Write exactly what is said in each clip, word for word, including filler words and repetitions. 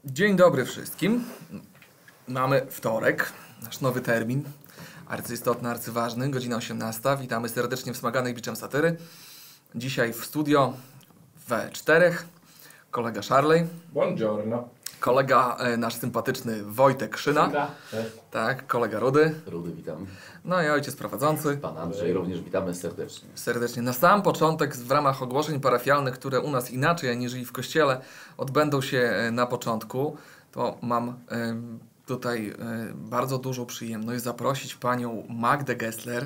Dzień dobry wszystkim. Mamy wtorek, nasz nowy termin, arcyistotny, arcyważny, godzina osiemnasta. Witamy serdecznie w Smaganej Biczem Satyry. Dzisiaj w studio we czterech kolega Szarlej. Buongiorno. Kolega e, nasz sympatyczny Wojtek Szyna. Cześć. Tak, kolega Rudy. Rudy, witam. No i ojciec prowadzący. Pan Andrzej, również witamy serdecznie. Serdecznie. Na sam początek w ramach ogłoszeń parafialnych, które u nas inaczej aniżeli w kościele odbędą się e, na początku, to mam e, tutaj e, bardzo dużą przyjemność zaprosić panią Magdę Gessler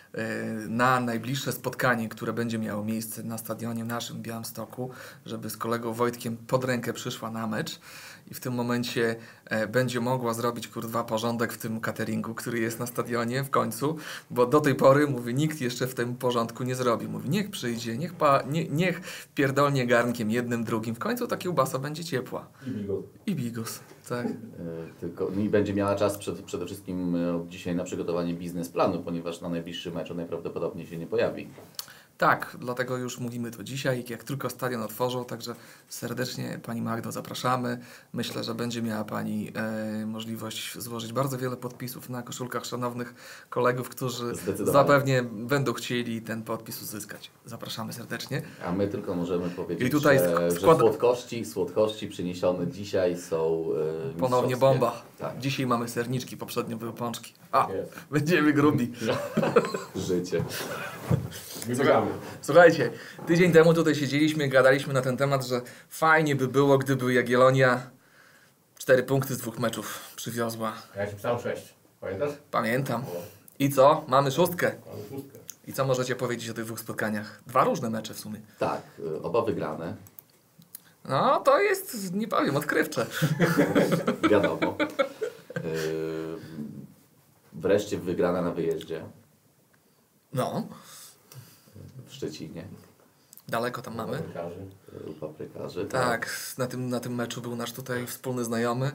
na najbliższe spotkanie, które będzie miało miejsce na stadionie naszym w Białymstoku, żeby z kolegą Wojtkiem pod rękę przyszła na mecz i w tym momencie e, będzie mogła zrobić kurwa porządek w tym cateringu, który jest na stadionie w końcu, bo do tej pory, mówi, nikt jeszcze w tym porządku nie zrobi. Mówi, niech przyjdzie, niech, pa, nie, niech pierdolnie garnkiem jednym, drugim. W końcu ta kiełbasa będzie ciepła. I bigos. I bigos, tak. E, tylko, no i będzie miała czas przed, przede wszystkim od dzisiaj na przygotowanie biznesplanu, ponieważ na najbliższy mecz najprawdopodobniej się nie pojawi. Tak, dlatego już mówimy to dzisiaj, jak tylko stadion otworzą, także serdecznie Pani Magdo zapraszamy. Myślę, że będzie miała Pani e, możliwość złożyć bardzo wiele podpisów na koszulkach szanownych kolegów, którzy zapewnie będą chcieli ten podpis uzyskać. Zapraszamy serdecznie. A my tylko możemy powiedzieć, I tutaj że, skład... że słodkości, słodkości przyniesione dzisiaj są e, ponownie bomba. Tak. Dzisiaj mamy serniczki, poprzednio były pączki. A, yes. Będziemy grubi. Życie. Wygramy. Słuchajcie, tydzień temu tutaj siedzieliśmy, gadaliśmy na ten temat, że fajnie by było, gdyby Jagiellonia cztery punkty z dwóch meczów przywiozła. Ja ci pisałem sześć. Pamiętasz? Pamiętam. I co? Mamy szóstkę. Mamy szóstkę. I co możecie powiedzieć o tych dwóch spotkaniach? Dwa różne mecze w sumie. Tak, e, oba wygrane. No, to jest, nie powiem, odkrywcze. Wiadomo. E, wreszcie wygrana na wyjeździe. No. W Szczecinie. Daleko tam mamy. Paprykarzy. U paprykarzy. Tak, na tym, na tym meczu był nasz tutaj wspólny znajomy,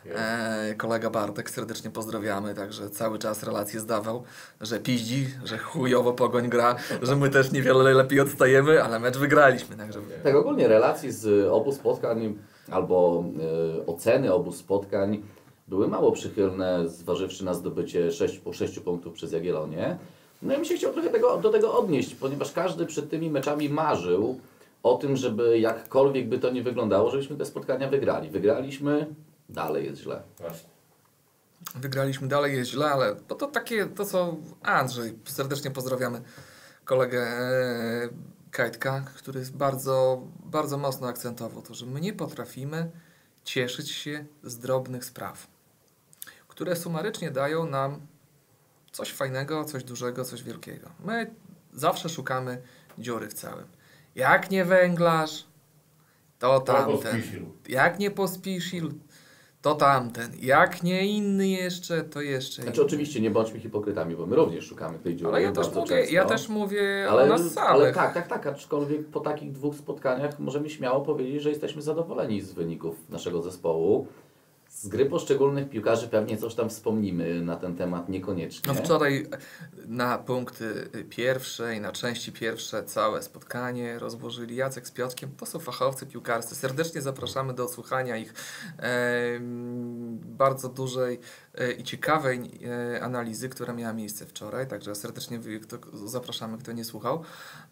e, kolega Bartek, serdecznie pozdrawiamy, także cały czas relacje zdawał, że piździ, że chujowo Pogoń gra, że my też niewiele lepiej odstajemy, ale mecz wygraliśmy. Także... Tak, ogólnie relacji z obu spotkań albo y, oceny obu spotkań były mało przychylne, zważywszy na zdobycie sześć, po sześciu punktów przez Jagiellonię. No i mi się chciał trochę tego, do tego odnieść, ponieważ każdy przed tymi meczami marzył o tym, żeby jakkolwiek by to nie wyglądało, żebyśmy te spotkania wygrali. Wygraliśmy, dalej jest źle. Właśnie. Wygraliśmy, dalej jest źle, ale bo to takie, to co Andrzej, serdecznie pozdrawiamy kolegę e, Kajtka, który jest bardzo, bardzo mocno akcentował to, że my nie potrafimy cieszyć się z drobnych spraw, które sumarycznie dają nam coś fajnego, coś dużego, coś wielkiego. My zawsze szukamy dziury w całym. Jak nie węglarz, to tamten. Jak nie pospiszil, to tamten. Jak nie inny jeszcze, to jeszcze Znaczy inny. oczywiście nie bądźmy hipokrytami, bo my również szukamy tej dziury. Ale ja też, mówię, często. ja też mówię ale, o nas samych. Ale tak, tak, tak. Aczkolwiek po takich dwóch spotkaniach możemy śmiało powiedzieć, że jesteśmy zadowoleni z wyników naszego zespołu. Z gry poszczególnych piłkarzy pewnie coś tam wspomnimy na ten temat niekoniecznie. No wczoraj na punkty pierwsze i na części pierwsze całe spotkanie rozłożyli Jacek z Piotrkiem. To są fachowcy piłkarscy. Serdecznie zapraszamy do odsłuchania ich e, bardzo dużej e, i ciekawej e, analizy, która miała miejsce wczoraj. Także serdecznie kto, zapraszamy, kto nie słuchał.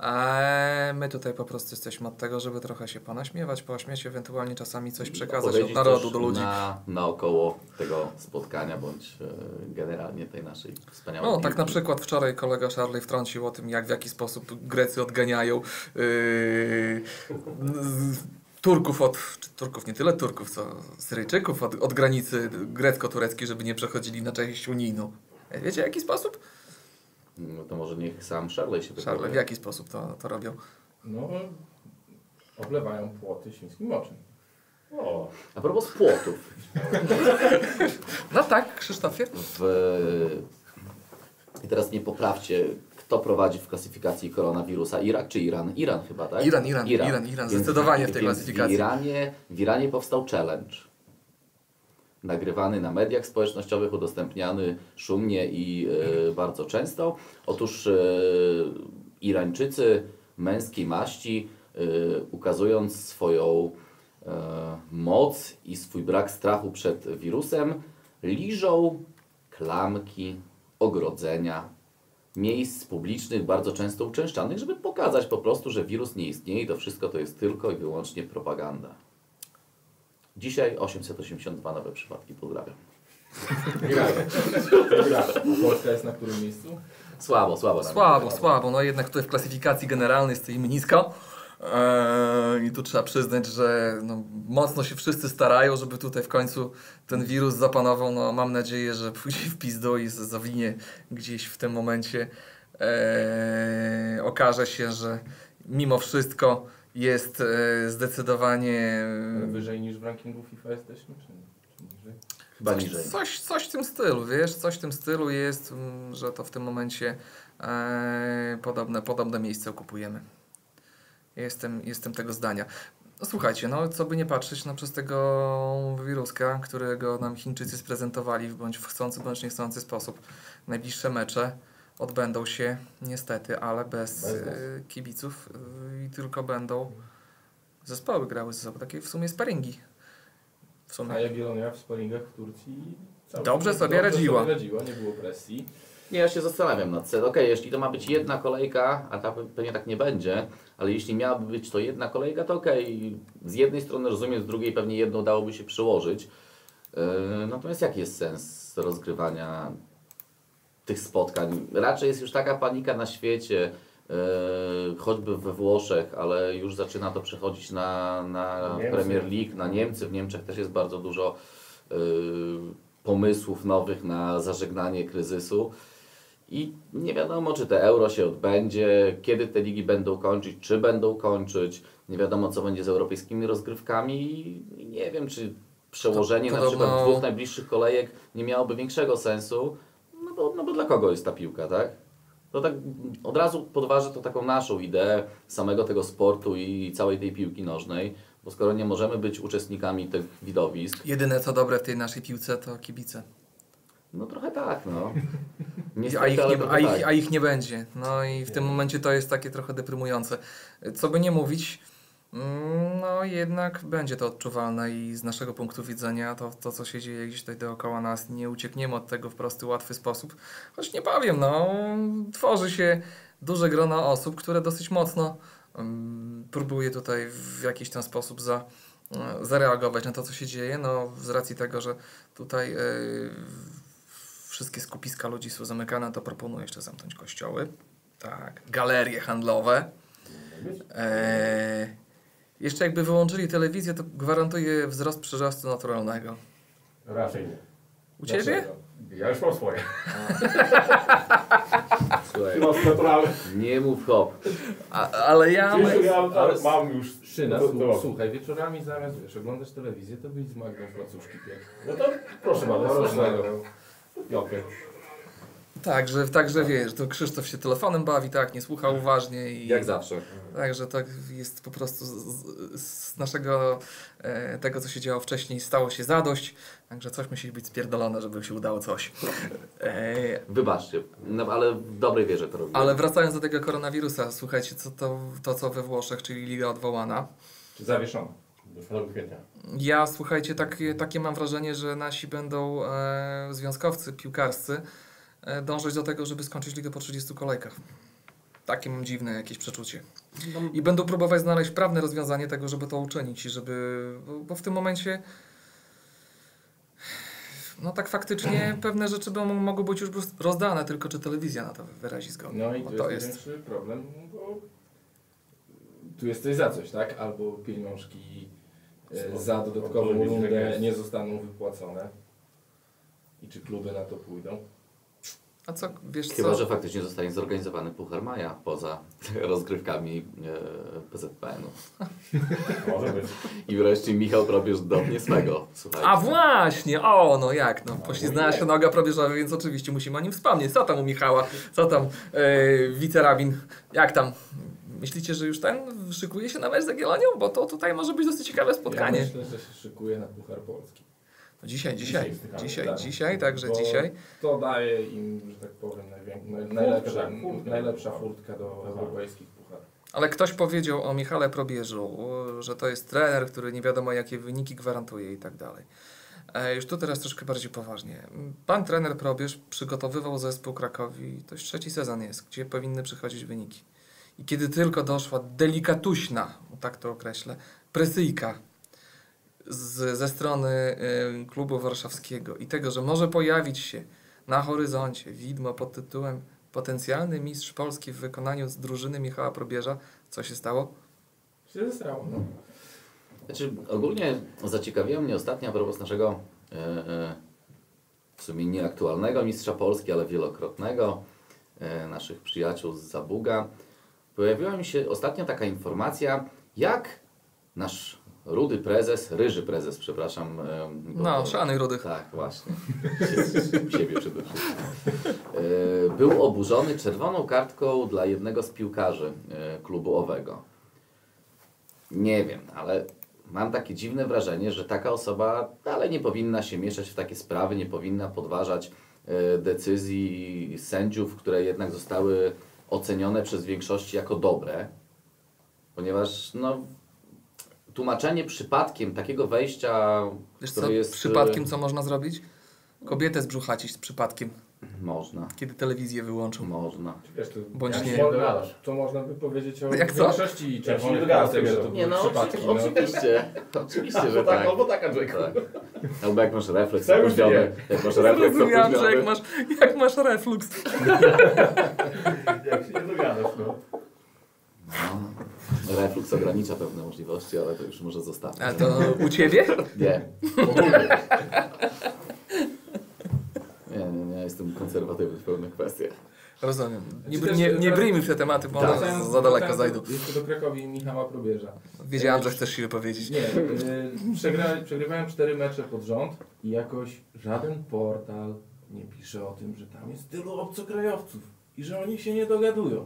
E, my tutaj po prostu jesteśmy od tego, żeby trochę się ponaśmiewać, poośmiać, ewentualnie czasami coś przekazać od narodu do ludzi. Na, naokoło tego spotkania, bądź e, generalnie tej naszej wspaniałej No, piłki. tak na przykład wczoraj kolega Szarley wtrącił o tym, jak w jaki sposób Grecy odganiają yy, Turków od, czy Turków, nie tyle Turków, co Syryjczyków od, od granicy grecko-tureckiej, żeby nie przechodzili na część unijną. Wiecie w jaki sposób? No to może niech sam Szarley się wypowie. Szarley, w jaki sposób to, to robią? No, oblewają płoty świńskim moczem. O. A propos płotów. No tak, Krzysztofie. W... I teraz mnie poprawcie, kto prowadzi w klasyfikacji koronawirusa? Irak czy Iran? Iran chyba, tak? Iran, Iran, Iran, Iran, Iran. Więc, zdecydowanie w tej więc klasyfikacji. W Iranie, w Iranie powstał challenge. Nagrywany na mediach społecznościowych, udostępniany szumnie i e, bardzo często. Otóż e, Irańczycy męskiej maści, e, ukazując swoją moc i swój brak strachu przed wirusem liżą klamki, ogrodzenia, miejsc publicznych, bardzo często uczęszczanych, żeby pokazać po prostu, że wirus nie istnieje i to wszystko to jest tylko i wyłącznie propaganda. Dzisiaj osiemset osiemdziesiąt dwa nowe przypadki. Pozdrawiam. Gramy. Gramy. Polska jest na którym miejscu? Słabo, słabo. Słabo, słabo. No jednak tutaj w klasyfikacji generalnej stoimy nisko. Eee, I tu trzeba przyznać, że no, mocno się wszyscy starają, żeby tutaj w końcu ten wirus zapanował. No, mam nadzieję, że pójdzie w pizdu i zawinie gdzieś w tym momencie. Eee, okaże się, że mimo wszystko jest e, zdecydowanie... Wyżej niż w rankingu FIFA jesteśmy, czy, czy niżej? Chyba Coś, niżej. coś, coś w tym stylu, wiesz, coś w tym stylu jest, mm, że to w tym momencie e, podobne, podobne miejsce okupujemy. Jestem, jestem tego zdania. No słuchajcie, no co by nie patrzeć, no przez tego wiruska, którego nam Chińczycy sprezentowali w bądź w chcący, bądź niechcący sposób, najbliższe mecze odbędą się niestety, ale bez, Bez nas. e, kibiców e, i tylko będą zespoły grały ze sobą, takie w sumie sparingi. W sumie. A Jagiellonia w sparingach w Turcji całkiem Dobrze sobie radziła. Sobie radziła, nie było presji. Nie, ja się zastanawiam nad tym. Okej, jeśli to ma być jedna kolejka, a ta pewnie tak nie będzie, ale jeśli miałaby być to jedna kolejka, to okej, z jednej strony rozumiem, z drugiej pewnie jedną dałoby się przyłożyć. Yy, natomiast jaki jest sens rozgrywania tych spotkań? Raczej jest już taka panika na świecie, yy, choćby we Włoszech, ale już zaczyna to przechodzić na, na Niemcy. Premier League, na Niemcy. W Niemczech też jest bardzo dużo yy, pomysłów nowych na zażegnanie kryzysu. I nie wiadomo, czy te euro się odbędzie, kiedy te ligi będą kończyć, czy będą kończyć. Nie wiadomo, co będzie z europejskimi rozgrywkami. I nie wiem, czy przełożenie To na podobno- przykład dwóch najbliższych kolejek nie miałoby większego sensu. No bo, no bo dla kogo jest ta piłka, tak? To tak od razu podważę to taką naszą ideę samego tego sportu i całej tej piłki nożnej. Bo skoro nie możemy być uczestnikami tych widowisk, Jedyne co dobre w tej naszej piłce to kibice. no trochę tak, no. A Niestety, ich, ale nie, trochę a, ich, tak. a ich nie będzie. No i w tym momencie to jest takie trochę deprymujące. Co by nie mówić, mm, no jednak będzie to odczuwalne i z naszego punktu widzenia to, to co się dzieje gdzieś tutaj dookoła nas, nie uciekniemy od tego w prosty, łatwy sposób. Choć nie powiem, no tworzy się duże grono osób, które dosyć mocno um, próbuje tutaj w jakiś tam sposób za, e, zareagować na to, co się dzieje. No z racji tego, że tutaj... E, wszystkie skupiska ludzi są zamykane, to proponuję jeszcze zamknąć kościoły. Tak, galerie handlowe. Eee, jeszcze jakby wyłączyli telewizję, to gwarantuję wzrost przyrostu naturalnego. Raczej nie. U Ciebie? Dlaczego? Ja już mam swoje. Słuchaj, Przyrost naturalny. nie mów hop. A, ale ja... Przecież ja ale- mam już Szyna, to- słuchaj, to- słuchaj, wieczorami zamiast wiesz, oglądasz telewizję, to byś z Magdą placuszki piekł. No to proszę bardzo, smacznego. Okej. Także, także wiesz, to Krzysztof się telefonem bawi, tak, nie słucha uważnie i... Jak zawsze. Także tak jest po prostu z, z, z naszego e, tego, co się działo wcześniej, stało się zadość. Także coś musi być spierdolone, żeby się udało coś. E, Wybaczcie, no, ale w dobrej wierze to robię. ale wracając do tego koronawirusa, słuchajcie, co to, to co we Włoszech, czyli liga odwołana. Czy zawieszono? Do samego kwietnia. Ja, słuchajcie, takie, takie mam wrażenie, że nasi będą e, związkowcy piłkarscy e, dążyć do tego, żeby skończyć ligę po trzydziestu kolejkach. Takie mam dziwne jakieś przeczucie. I będą próbować znaleźć prawne rozwiązanie tego, żeby to uczynić i żeby, bo, bo w tym momencie no tak faktycznie pewne rzeczy będą, mogą być już rozdane, tylko czy telewizja na to wyrazi zgodę. No i Bo tu to jest jest. największy problem, bo tu jest coś za coś, tak? Albo pieniążki e, za dodatkową Albo rundę jest. nie zostaną wypłacone. I czy kluby na to pójdą? A co, wiesz Chyba, co? że faktycznie zostanie zorganizowany Puchar Maja poza rozgrywkami e, P Z P N-u. Może być. I wreszcie Michał Probierz dopnie swego. Słuchajcie. A właśnie, o no jak, no poślizgnęła się noga probierzowa, więc oczywiście musimy o nim wspomnieć. Co tam u Michała, co tam e, wicerabin, jak tam? Myślicie, że już ten szykuje się na mecz z Jagiellonią? Bo to tutaj może być dosyć ciekawe spotkanie. Ja myślę, że się szykuje na Puchar Polski. No dzisiaj, dzisiaj, stykamy, dzisiaj, tak. dzisiaj, także Bo dzisiaj. To daje im, że tak powiem, najwię- naj- najlepsza, furtka. najlepsza furtka do europejskich pucharów. Ale ktoś powiedział o Michale Probierzu, że to jest trener, który nie wiadomo jakie wyniki gwarantuje i tak dalej. E, już tu teraz troszkę bardziej poważnie. Pan trener Probierz przygotowywał zespół Krakowi, to już trzeci sezon jest, gdzie powinny przychodzić wyniki. I kiedy tylko doszła delikatuśna, tak to określę, presyjka z, ze strony y, klubu warszawskiego i tego, że może pojawić się na horyzoncie widmo pod tytułem potencjalny mistrz Polski w wykonaniu z drużyny Michała Probierza, co się stało? Się zesrało, no. Znaczy, ogólnie zaciekawiło mnie ostatnio a propos naszego e, e, w sumie nieaktualnego mistrza Polski, ale wielokrotnego, e, naszych przyjaciół z Zabuga. Pojawiła mi się ostatnio taka informacja, jak nasz rudy prezes, ryży prezes, przepraszam. e, bo No, to- szanuj rudych. Tak, właśnie. Siebie przede wszystkim. E, Był oburzony czerwoną kartką dla jednego z piłkarzy e, klubu owego. Nie wiem, ale mam takie dziwne wrażenie, że taka osoba dalej nie powinna się mieszać w takie sprawy, nie powinna podważać e, decyzji sędziów, które jednak zostały ocenione przez większość jako dobre. Ponieważ no, tłumaczenie przypadkiem takiego wejścia, Wiesz które co, jest... przypadkiem co można zrobić? Kobietę zbrzuchacić z przypadkiem, Można, kiedy telewizję wyłączą. można. Wiesz, to, Bądź jak nie. się dogadasz, to można by powiedzieć o Jak co? większości czerwonych dogadasz, kartek, że to Nie były no, przypadki. oczy, oczywiście, oczywiście, że tak. Albo tak, Andrzejku. tak. Albo jak masz refleks Co już opóźniony, nie. jak masz refleks Zrozumiałam, że opóźniony. jak masz, jak masz reflux. Jak się nie dogadasz, no. No, reflux ogranicza pewne możliwości, ale to już może zostawić. A to u Ciebie? Nie. Ogólnie. Nie, nie, nie, jestem konserwatywny w pewnych kwestiach. Rozumiem. Nie, Czy też- nie, nie bryjmy w te tematy, bo one Wracając- za daleko wracając zajdą. do- Jeszcze do Krakowi i Michała Probierza. Wiedziałam, że chcesz się wypowiedzieć. Nie, yy, przegra, przegrywałem cztery mecze pod rząd i jakoś żaden portal nie pisze o tym, że tam jest tylu obcokrajowców i że oni się nie dogadują.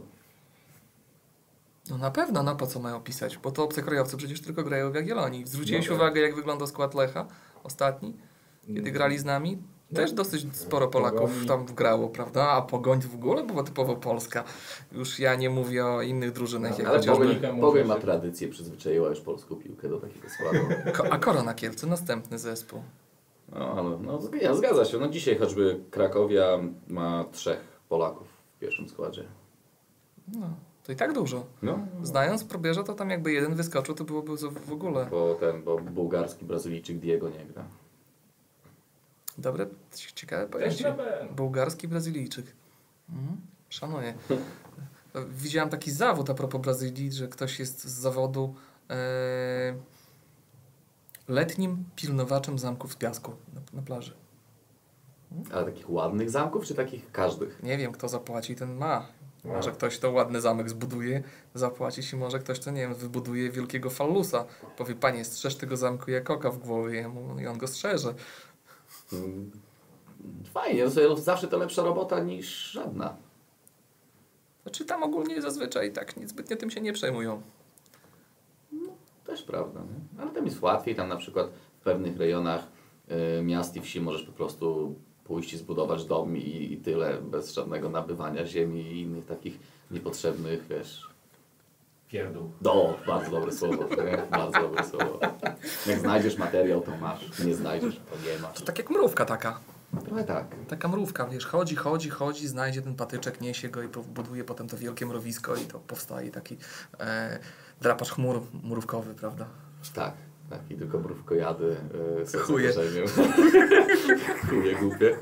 No na pewno, no po co mają pisać? Bo to obcokrajowcy przecież tylko grają w Jagiellonii. Zwróciłeś No tak. uwagę, jak wygląda skład Lecha ostatni, kiedy grali z nami? Też dosyć sporo Polaków Pogoni. tam wgrało, prawda? A Pogoń w ogóle była typowo polska. Już ja nie mówię o innych drużynach, jak Ale chociażby... Pogoń, może Pogoń się- ma tradycję, przyzwyczaiła już polską piłkę do takiego składu. Ko- a Korona Kielce, następny zespół. No, ale no, zg- zgadza się. No, dzisiaj choćby Krakowia ma trzech Polaków w pierwszym składzie. No, to i tak dużo. No, Znając Probierza, to tam jakby jeden wyskoczył, to byłoby w ogóle... bo ten, bo bułgarski Brazylijczyk Diego nie gra. Dobre, ciekawe Też pojęcie. na pewno. Bułgarski Brazylijczyk. Mhm. Szanuję. Widziałem taki zawód a propos Brazylii, że ktoś jest z zawodu e, letnim pilnowaczem zamków z piasku na, na plaży. Ale takich ładnych zamków, czy takich każdych? Nie wiem, kto zapłaci, ten ma. No. Może ktoś to ładny zamek zbuduje, zapłaci się, może ktoś to, nie wiem, wybuduje wielkiego fallusa. Powie, panie, strzeż tego zamku jak oka w głowie jemu i on go strzeże. Mm, Fajnie, to zawsze to lepsza robota niż żadna. Znaczy tam ogólnie zazwyczaj tak, niezbytnio tym się nie przejmują. Też prawda, nie? Ale tam jest łatwiej, tam na przykład w pewnych rejonach y, miast i wsi możesz po prostu pójść i zbudować dom i, i tyle, bez żadnego nabywania ziemi i innych takich niepotrzebnych, wiesz... Pierdół. No, bardzo dobre słowo, nie? Bardzo dobre słowo. Jak znajdziesz materiał, to masz, nie znajdziesz, to nie masz. To tak jak mrówka taka. Trochę tak. Taka mrówka, wiesz, chodzi, chodzi, chodzi, znajdzie ten patyczek, niesie go i buduje potem to wielkie mrowisko i to powstaje taki e, drapacz chmur mrówkowy, prawda? Tak, tak. I tylko mrówkojady y, są Chuje. zagrożeniem. Chuje głupie.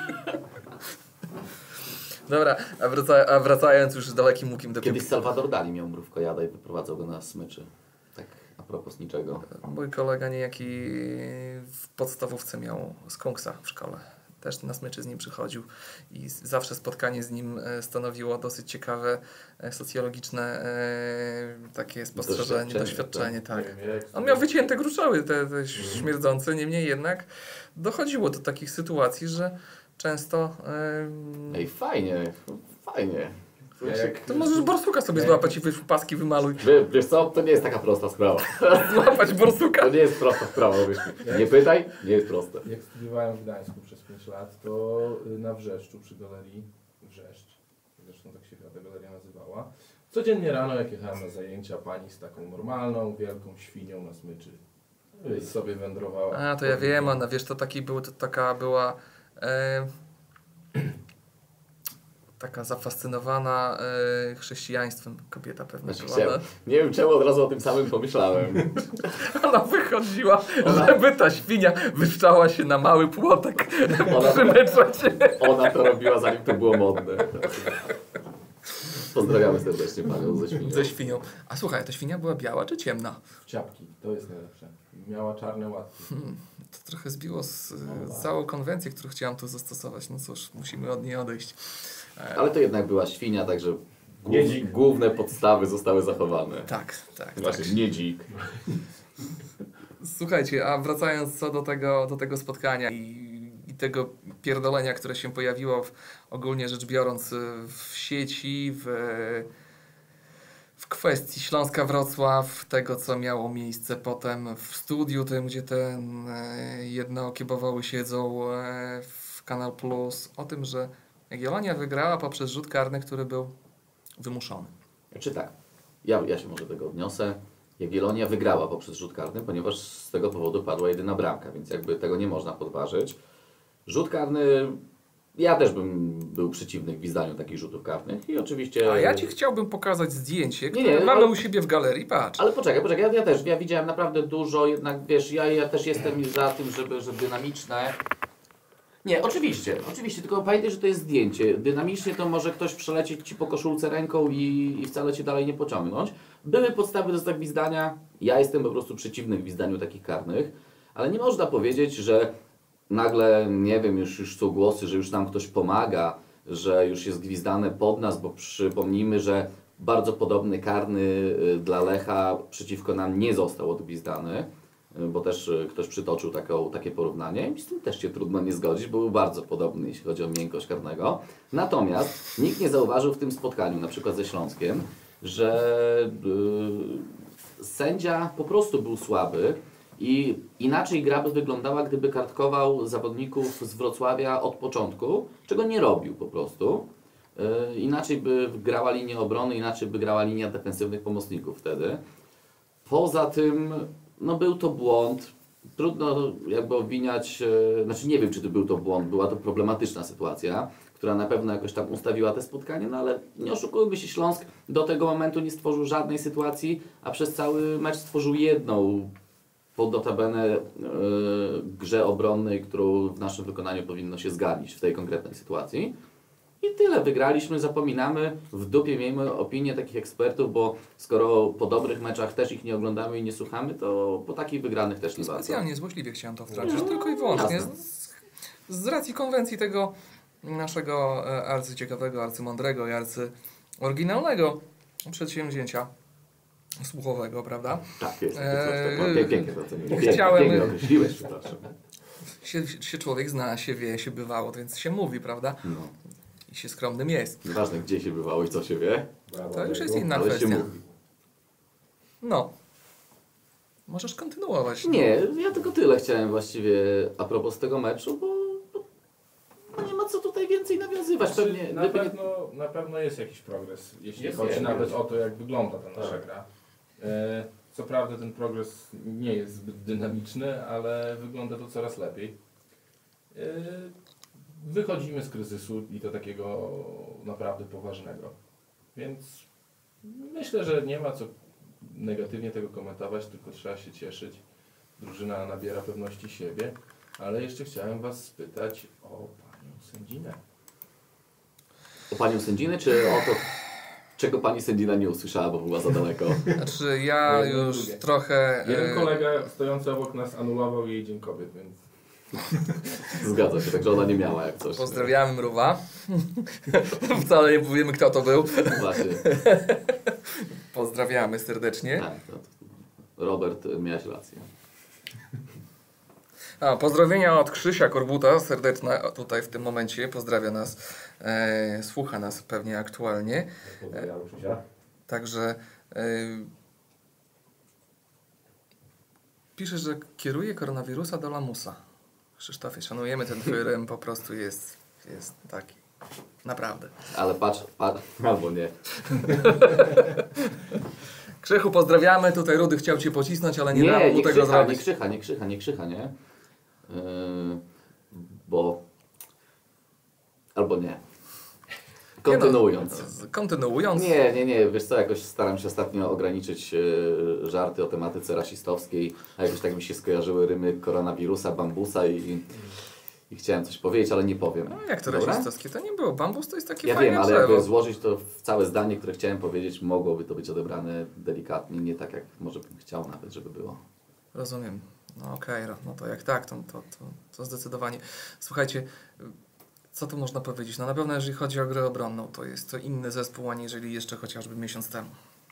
Dobra, a, wraca, a wracając już z dalekim łukiem do Kiedyś piłki. Salvador Dali miał mrówkojada i wyprowadzał go na smyczy. Tak a propos niczego. Mój kolega niejaki w podstawówce miał skunksa w szkole. Też na smyczy z nim przychodził i z- zawsze spotkanie z nim e, stanowiło dosyć ciekawe e, socjologiczne e, takie spostrzeżenie, Doświadczenie, doświadczenie, tak. Nie wiem, jak On miał wycięte gruczoły, te, te śmierdzące, niemniej jednak dochodziło do takich sytuacji, że często... em, Ej, fajnie, fajnie. Ja jak- to możesz borsuka sobie złapać i wy- paski wymaluj. Wie, wiesz co, to nie jest taka prosta sprawa. Złapać borsuka. To nie jest prosta sprawa, wiesz. Nie pytaj, nie jest proste. Jak studiowałem w Gdańsku przez pięć lat, to y, na Wrzeszczu przy galerii Wrzeszcz, zresztą tak się ta galeria nazywała, Codziennie rano, jak jechałem na zajęcia, pani z taką normalną, wielką świnią na smyczy i sobie wędrowała. A, to ja wiem, ona, wiesz, to taki był, to taka była e, taka zafascynowana e, chrześcijaństwem kobieta pewnie Znaczy, była. chciałem, nie wiem czemu od razu o tym samym pomyślałem. Ona wychodziła, Ona- żeby ta świnia wyszczała się na mały płotek Ona- przymyczać. Ona to robiła zanim to było modne. Pozdrawiamy serdecznie panią ze świnią. Ze świnią. A słuchaj, ta świnia była biała czy ciemna? Ciapki, to jest najlepsze. Miała czarne łatki. Hmm, to trochę zbiło z, z całą konwencję, którą chciałam tu zastosować. No cóż, musimy od niej odejść. E, Ale to jednak była świnia, także głów, Nie dzik. główne podstawy zostały zachowane. Tak, tak, tak. Właśnie, nie dzik. Słuchajcie, a wracając co do tego, do tego spotkania i, i tego pierdolenia, które się pojawiło w, ogólnie rzecz biorąc w sieci, w, w kwestii Śląska-Wrocław, tego co miało miejsce potem w studiu, tym gdzie te e, jednookie bawoły siedzą e, w Kanal Plus, o tym, że Jagiellonia wygrała poprzez rzut karny, który był wymuszony. Czy tak, ja, ja się może tego odniosę. Jagiellonia wygrała poprzez rzut karny, ponieważ z tego powodu padła jedyna bramka, więc jakby tego nie można podważyć. Rzut karny, ja też bym był przeciwny gwizdaniu takich rzutów karnych i oczywiście... A ja Ci chciałbym pokazać zdjęcie, Nie, które nie, mamy ale- u siebie w galerii, patrz. Ale poczekaj, poczekaj, ja, ja też, ja widziałem naprawdę dużo, jednak wiesz, ja, ja też jestem za tym, żeby, że dynamiczne... Nie, oczywiście, oczywiście, tylko pamiętaj, że to jest zdjęcie. Dynamicznie to może ktoś przelecieć Ci po koszulce ręką i, i wcale Cię dalej nie pociągnąć. Były podstawy do zagwizdania, ja jestem po prostu przeciwny gwizdaniu takich karnych, ale nie można powiedzieć, że nagle, nie wiem, już, już są głosy, że już nam ktoś pomaga, że już jest gwizdane pod nas, bo przypomnijmy, że bardzo podobny karny y, dla Lecha przeciwko nam nie został odgwizdany, y, bo też y, ktoś przytoczył taką, takie porównanie i z tym też się trudno nie zgodzić, bo był bardzo podobny, jeśli chodzi o miękkość karnego. Natomiast nikt nie zauważył w tym spotkaniu, na przykład ze Śląskiem, że y, sędzia po prostu był słaby i inaczej gra by wyglądała, gdyby kartkował zawodników z Wrocławia od początku, czego nie robił po prostu. Yy, inaczej by grała linia obrony, inaczej by grała linia defensywnych pomocników wtedy. Poza tym, no był to błąd. Trudno jakby obwiniać, yy, znaczy nie wiem, czy to był to błąd, była to problematyczna sytuacja, która na pewno jakoś tam ustawiła te spotkanie, no ale nie oszukujmy się, Śląsk do tego momentu nie stworzył żadnej sytuacji, a przez cały mecz stworzył jedną, po notabene yy, grze obronnej, którą w naszym wykonaniu powinno się zgadnić w tej konkretnej sytuacji. I tyle, wygraliśmy, zapominamy, w dupie miejmy opinię takich ekspertów, bo skoro po dobrych meczach też ich nie oglądamy i nie słuchamy, to po takich wygranych też nie warto. Specjalnie, złośliwie chciałem to wtrącić, tylko i wyłącznie jasne. z, z racji konwencji tego naszego e, arcyciekawego, arcymądrego i arcyoryginalnego przedsięwzięcia słuchowego, prawda? Tak jest, Eee, to coś, to pięknie to oceniłeś. Pięknie, chciałem- pięknie określiłeś, przepraszam. Się, się człowiek zna, się wie, się bywało, więc się mówi, prawda? No, I się skromnym jest. nieważne gdzie się bywało i co się wie, Brawo, To już jest Olegu. inna ale się kwestia. mówi. No. Możesz kontynuować. Nie, ja tylko tyle chciałem właściwie a propos tego meczu, bo, bo no nie ma co tutaj więcej nawiązywać. Znaczy, Pewnie, na, gdyby nie- pewno, na pewno jest jakiś progres, jeśli Jest, chodzi jest, nawet jest. o to, jak wygląda ta nasza Tak. gra. E, co prawda ten progres nie jest zbyt dynamiczny, ale wygląda to coraz lepiej. E, wychodzimy z kryzysu i to takiego naprawdę poważnego. Więc myślę, że nie ma co negatywnie tego komentować, tylko trzeba się cieszyć. Drużyna nabiera pewności siebie, ale jeszcze chciałem Was spytać o Panią sędzinę. o panią sędzinę, czy o to, czego pani sędzina nie usłyszała, bo była za daleko? Znaczy ja Jedno i już drugie. trochę... Jeden e, kolega stojący obok nas anulował jej Dzień Kobiet, więc Zgadza się, także ona nie miała jak coś. Pozdrawiamy Mrówa. Wcale nie powiemy, kto to był. Właśnie. Pozdrawiamy serdecznie. Tak, to, to. Robert, miałeś rację. A, pozdrowienia od Krzysia Korbuta, serdeczne tutaj w tym momencie. Pozdrawia nas, e, słucha nas pewnie aktualnie. pozdrawiam Krzysia. Także e, pisze, że kieruje koronawirusa do lamusa. Krzysztofie, szanujemy ten twój rym, po prostu jest, jest taki. Naprawdę. Ale patrz, patrz albo nie. Krzychu, pozdrawiamy. Tutaj Rudy chciał Cię pocisnąć, ale nie, Nie, dało mu nie tego krzycha, nie zrobić. krzycha, nie krzycha, nie krzycha, nie? Yy, bo... Albo nie. Kontynuując. Nie no, kontynuując. Nie, nie, nie, wiesz co, jakoś staram się ostatnio ograniczyć e, żarty o tematyce rasistowskiej, a jakoś tak mi się skojarzyły rymy koronawirusa, bambusa i, i chciałem coś powiedzieć, ale nie powiem. No jak to Dobra? rasistowskie? To nie było. Bambus to jest takie Ja fajne wiem, ale drzewo. jakby złożyć to w całe zdanie, które chciałem powiedzieć, mogłoby to być odebrane delikatnie, nie tak jak może bym chciał nawet, żeby było. Rozumiem. No okej, okay, no to jak tak, to, to, to, to zdecydowanie. Słuchajcie, co tu można powiedzieć? No na pewno jeżeli chodzi o grę obronną, to jest to inny zespół, aniżeli jeszcze chociażby miesiąc temu.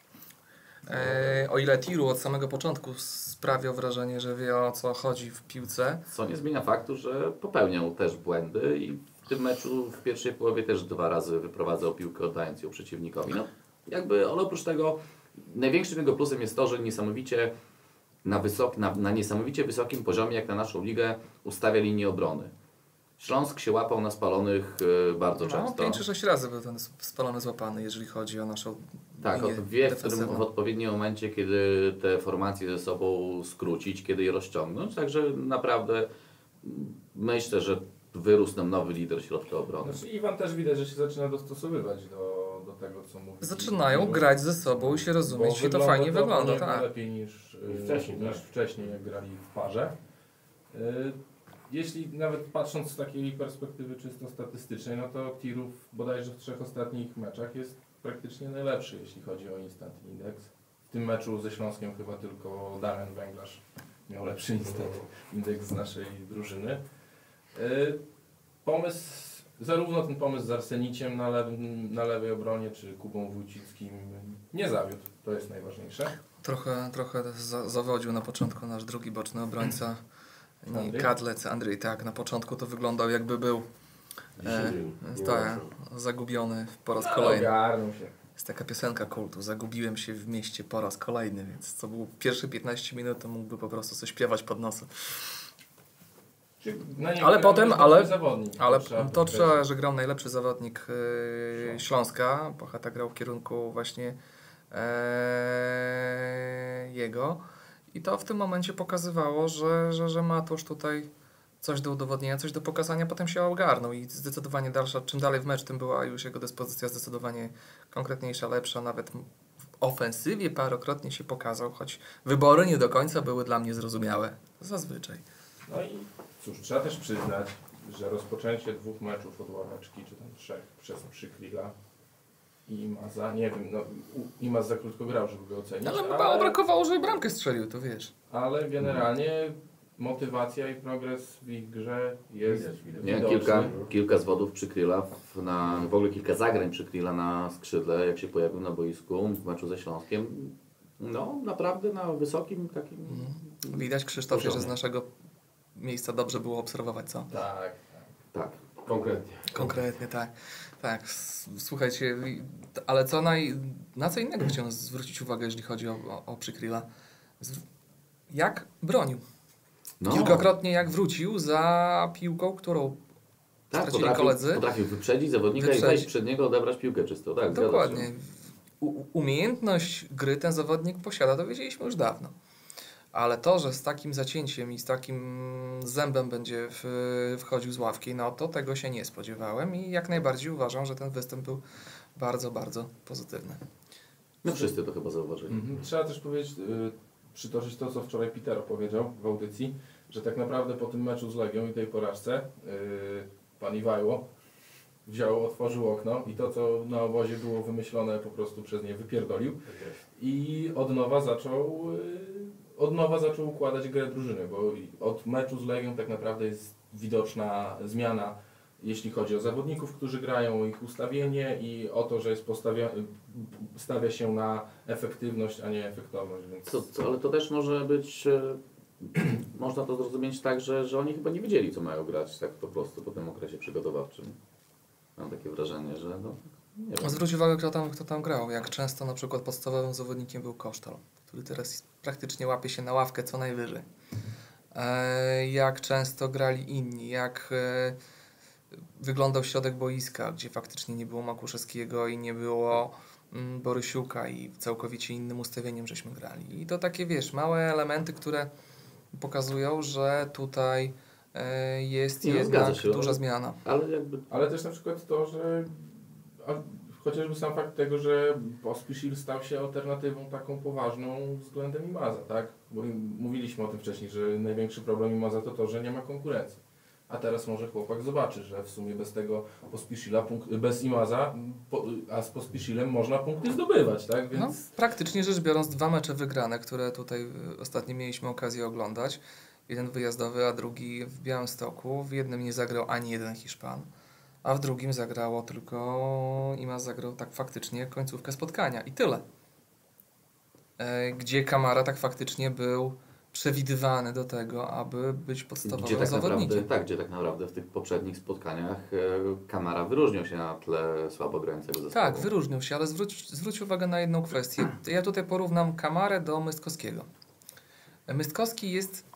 E, o ile Tiru od samego początku sprawiał wrażenie, że wie o co chodzi w piłce. Co nie zmienia faktu, że popełniał też błędy i w tym meczu w pierwszej połowie też dwa razy wyprowadzał piłkę, oddając ją przeciwnikowi. No, jakby, ale oprócz tego największym jego plusem jest to, że niesamowicie na, wysok, na, na niesamowicie wysokim poziomie, jak na naszą ligę, ustawia linię obrony. Śląsk się łapał na spalonych y, bardzo No, często. pięć czy sześć razy był ten spalony złapany, jeżeli chodzi o naszą Tak, linię on wie w, którym, defensywną. w odpowiednim momencie, kiedy te formacje ze sobą skrócić, kiedy je rozciągnąć. Także naprawdę mm, myślę, że wyrósł nam nowy lider środka obrony. Znaczy, Iwan też widać, że się zaczyna dostosowywać do, do tego, co mówi. Zaczynają Tiru. grać ze sobą i się rozumieć, Bo i to fajnie wygląda, o tak. lepiej niż, Niż y, wcześniej, niż tak. wcześniej, jak grali w parze. Y, Jeśli nawet patrząc z takiej perspektywy czysto statystycznej, no to Tirów bodajże w trzech ostatnich meczach jest praktycznie najlepszy, jeśli chodzi o instant index. W tym meczu ze Śląskiem chyba tylko Damian Węglarz miał lepszy instant index z naszej drużyny. Y, Pomysł, zarówno ten pomysł z Arseniciem na, lewym, na lewej obronie, czy Kubą Wójcickim nie zawiódł, to jest najważniejsze. Trochę, trochę za, zawodził na początku nasz drugi boczny obrońca. Nie, Andrzej? Kadlec, Andrzej, tak. Na początku to wyglądał jakby był e, tak, zagubiony po raz kolejny. Ogarnął się. Jest taka piosenka kultu. Zagubiłem się w mieście po raz kolejny, więc co było pierwsze piętnaście minut, to mógłby po prostu coś śpiewać pod nosem. Ale potem, ale, zawodnik, ale trzeba to podkreślić. trzeba, że grał najlepszy zawodnik e, Śląska. Pochata grał w kierunku właśnie e, jego. I to w tym momencie pokazywało, że, że, że Matusz tutaj coś do udowodnienia, coś do pokazania, potem się ogarnął i zdecydowanie dalsza, czym dalej w mecz, tym była już jego dyspozycja zdecydowanie konkretniejsza, lepsza, nawet w ofensywie parokrotnie się pokazał, choć wybory nie do końca były dla mnie zrozumiałe, zazwyczaj. No i cóż, trzeba też przyznać, że rozpoczęcie dwóch meczów od ławeczki, czy tam trzech, przez Przykrila i Imaza, nie wiem, no Imaz za krótko grał, żeby go ocenić, Ale mało brakowało, żeby bramkę strzelił, to wiesz. ale generalnie motywacja i progres w ich grze jest Widać, widać. Nie, widoczny. kilka, kilka zwodów Przykryla, w, na, w ogóle kilka zagrań Przykryla na skrzydle, jak się pojawił na boisku w meczu ze Śląskiem. No, naprawdę na wysokim takim... Widać, Krzysztofie, że z Poziomie. naszego miejsca dobrze było obserwować, co? Tak, Tak. Konkretnie. Konkretnie, tak. Tak, s- słuchajcie, i- ale co naj, na co innego chciałem zwrócić uwagę, jeżeli chodzi o, o, o Przykrila. Zw- Jak bronił. No, Kilkakrotnie jak wrócił za piłką, którą tak, stracili potrafił, koledzy. potrafił wyprzedzić zawodnika Wyprzedzić. i wejść przed niego, odebrać piłkę czysto. Tak, zgadza Dokładnie. się. U, umiejętność gry ten zawodnik posiada, to wiedzieliśmy już dawno. Ale to, że z takim zacięciem i z takim zębem będzie w, wchodził z ławki, no to tego się nie spodziewałem i jak najbardziej uważam, że ten występ był bardzo, bardzo pozytywny. No wszyscy to chyba zauważyli. Mhm. Trzeba też powiedzieć, y, przytoczyć to, co wczoraj Peter opowiedział w audycji, że tak naprawdę po tym meczu z Legią i tej porażce y, pan Iwajło wziął, otworzył okno i to, co na obozie było wymyślone, po prostu przez nie wypierdolił i od nowa zaczął y, od nowa zaczął układać grę drużyny, bo od meczu z Legią tak naprawdę jest widoczna zmiana, jeśli chodzi o zawodników, którzy grają, ich ustawienie i o to, że jest postawia, stawia się na efektywność, a nie efektowność. Więc Co, co, ale to też może być, e, można to zrozumieć tak, że, że oni chyba nie wiedzieli, co mają grać tak po prostu po tym okresie przygotowawczym. Mam takie wrażenie, że no, nie wiem. Zwróć uwagę, kto tam, kto tam grał. Jak często na przykład podstawowym zawodnikiem był Kosztal, który teraz praktycznie łapie się na ławkę co najwyżej. E, jak często grali inni, jak e, wyglądał środek boiska, gdzie faktycznie nie było Makuszewskiego i nie było mm, Borysiuka i całkowicie innym ustawieniem żeśmy grali. I to takie, wiesz, małe elementy, które pokazują, że tutaj e, jest Nie, no, jednak zgadza się, duża ale- zmiana. Ale jakby Ale też na przykład to, że a, chociażby sam fakt tego, że Pospisil stał się alternatywą taką poważną względem Imaza, tak? Bo mówiliśmy o tym wcześniej, że największy problem Imaza to to, że nie ma konkurencji. A teraz może chłopak zobaczy, że w sumie bez tego Pospishila, punkt, bez Imaza, po, a z Pospisilem można punkty zdobywać, tak? Więc No, praktycznie rzecz biorąc, dwa mecze wygrane, które tutaj y, ostatnio mieliśmy okazję oglądać. Jeden wyjazdowy, a drugi w Białymstoku. W jednym nie zagrał ani jeden Hiszpan, a w drugim zagrało tylko Imaz zagrał tak faktycznie końcówkę spotkania i tyle. E, gdzie Kamara tak faktycznie był przewidywany do tego, aby być gdzie podstawowym tak naprawdę, zawodnikiem. tak, gdzie tak naprawdę w tych poprzednich spotkaniach e, Kamara wyróżniał się na tle słabo grającego zespołu. Tak, wyróżnił się, ale zwróć, zwróć uwagę na jedną kwestię. Ja tutaj porównam Kamarę do Mystkowskiego. Mystkowski jest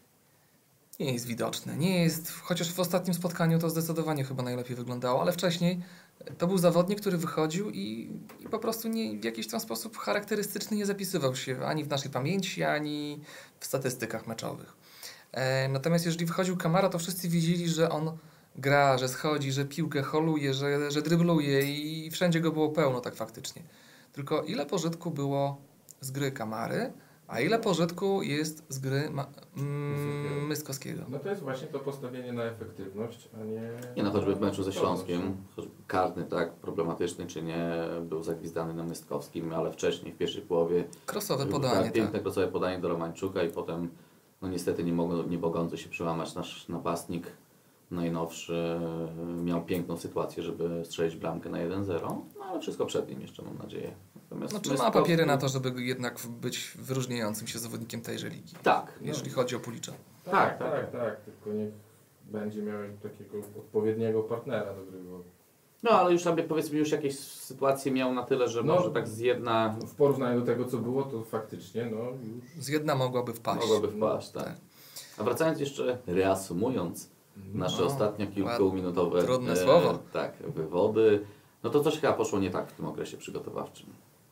nie jest widoczny, nie jest, chociaż w ostatnim spotkaniu to zdecydowanie chyba najlepiej wyglądało, ale wcześniej to był zawodnik, który wychodził i, i po prostu nie, w jakiś tam sposób charakterystyczny nie zapisywał się ani w naszej pamięci, ani w statystykach meczowych. E, natomiast jeżeli wychodził Kamara, to wszyscy widzieli, że on gra, że schodzi, że piłkę holuje, że, że drybluje i wszędzie go było pełno tak faktycznie. Tylko ile pożytku było z gry Kamary, a ile pożytku jest z gry ma, mm, Myskowskiego? no to jest właśnie to postawienie na efektywność, a nie... Nie no, choćby w meczu ze Śląskiem, choćby karny, tak, problematyczny czy nie, był zagwizdany na Mystkowskim, ale wcześniej w pierwszej połowie Krosowe tak, podanie, piękne tak. krosowe podanie do Romańczuka i potem no niestety nie, mogą, nie mogący się przełamać nasz napastnik najnowszy miał piękną sytuację, żeby strzelić bramkę na jeden zero, no ale wszystko przed nim jeszcze mam nadzieję. Natomiast No, czy ma Mystkowski- papiery na to, żeby jednak być wyróżniającym się zawodnikiem tejże ligi, Tak, jeżeli chodzi o Pulicza? Tak, Tak, tak, tak. tak, tak, tylko niech będzie miał takiego odpowiedniego partnera do gry, bo no ale już sobie powiedzmy już jakieś sytuacje miał na tyle, że No. może tak z jedna w porównaniu do tego, co było, to faktycznie, no już... Z jedna mogłaby wpaść. mogłaby wpaść, tak. Tak. A wracając jeszcze, reasumując nasze No, ostatnio kilkuminutowe trudne słowo. tak, wywody, no to coś chyba poszło nie tak w tym okresie przygotowawczym.